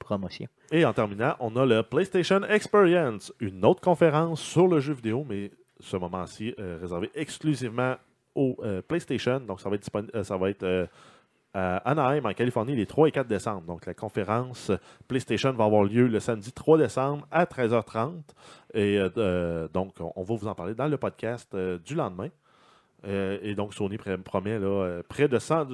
Et en terminant, on a le PlayStation Experience, une autre conférence sur le jeu vidéo, mais ce moment-ci réservé exclusivement au PlayStation. Donc, ça va être à Anaheim, en Californie, les 3 et 4 décembre. Donc, la conférence PlayStation va avoir lieu le samedi 3 décembre à 13h30. Et donc, on va vous en parler dans le podcast du lendemain. Et donc, Sony promet là, près de 100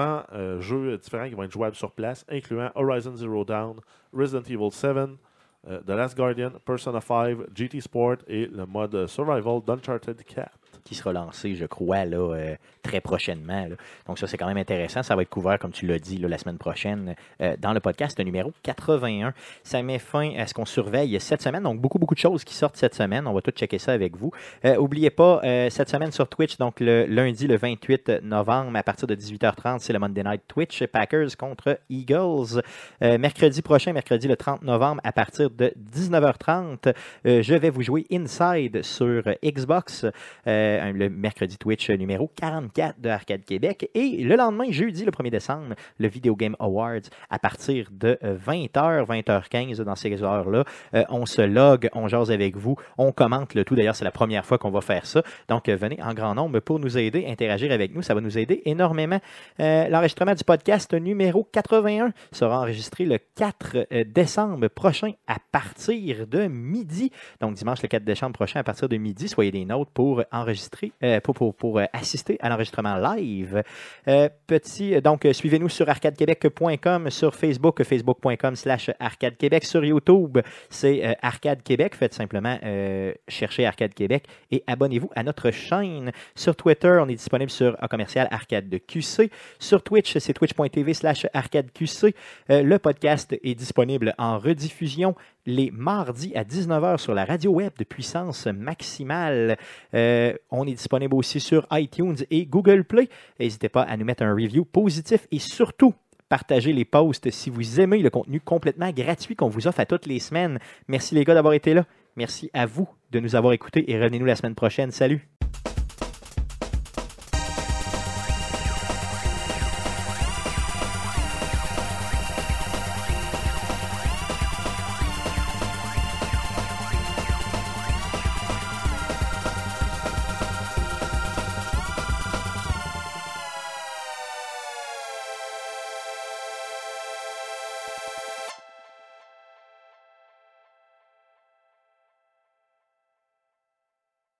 jeux différents qui vont être jouables sur place, incluant Horizon Zero Dawn, Resident Evil 7, The Last Guardian, Persona 5, GT Sport et le mode Survival d'Uncharted 4. Qui sera lancé, je crois, là, très prochainement. Là. Donc ça, c'est quand même intéressant. Ça va être couvert, comme tu l'as dit, là, la semaine prochaine, dans le podcast numéro 81. Ça met fin à ce qu'on surveille cette semaine. Donc, beaucoup de choses qui sortent cette semaine. On va tout checker ça avec vous. N'oubliez pas, cette semaine sur Twitch, donc le lundi, le 28 novembre, à partir de 18h30, c'est le Monday Night Twitch, Packers contre Eagles. Mercredi prochain, mercredi le 30 novembre, à partir de 19h30, je vais vous jouer Inside sur Xbox. Le mercredi Twitch numéro 44 de Arcade Québec. Et le lendemain, jeudi, le 1er décembre, le Video Game Awards à partir de 20h, 20h15, dans ces heures-là. On se log, on jase avec vous, on commente le tout. D'ailleurs, c'est la première fois qu'on va faire ça. Donc, venez en grand nombre pour nous aider, interagir avec nous. Ça va nous aider énormément. L'enregistrement du podcast numéro 81 sera enregistré le 4 décembre prochain à partir de midi. Donc, dimanche, le 4 décembre prochain à partir de midi. Soyez des nôtres pour enregistrer enregistrer, pour assister à l'enregistrement live. Donc, suivez-nous sur arcadequebec.com, sur Facebook, facebook.com/Arcade Québec, sur YouTube, c'est Arcade Québec. Faites simplement chercher Arcade Québec et abonnez-vous à notre chaîne. Sur Twitter, on est disponible sur @Arcade de QC. Sur Twitch, c'est twitch.tv/ArcadeQC. Le podcast est disponible en rediffusion les mardis à 19h sur la radio web de puissance maximale. On est disponible aussi sur iTunes et Google Play. N'hésitez pas à nous mettre un review positif et surtout, partagez les posts si vous aimez le contenu complètement gratuit qu'on vous offre à toutes les semaines. Merci les gars d'avoir été là. Merci à vous de nous avoir écoutés et revenez-nous la semaine prochaine. Salut!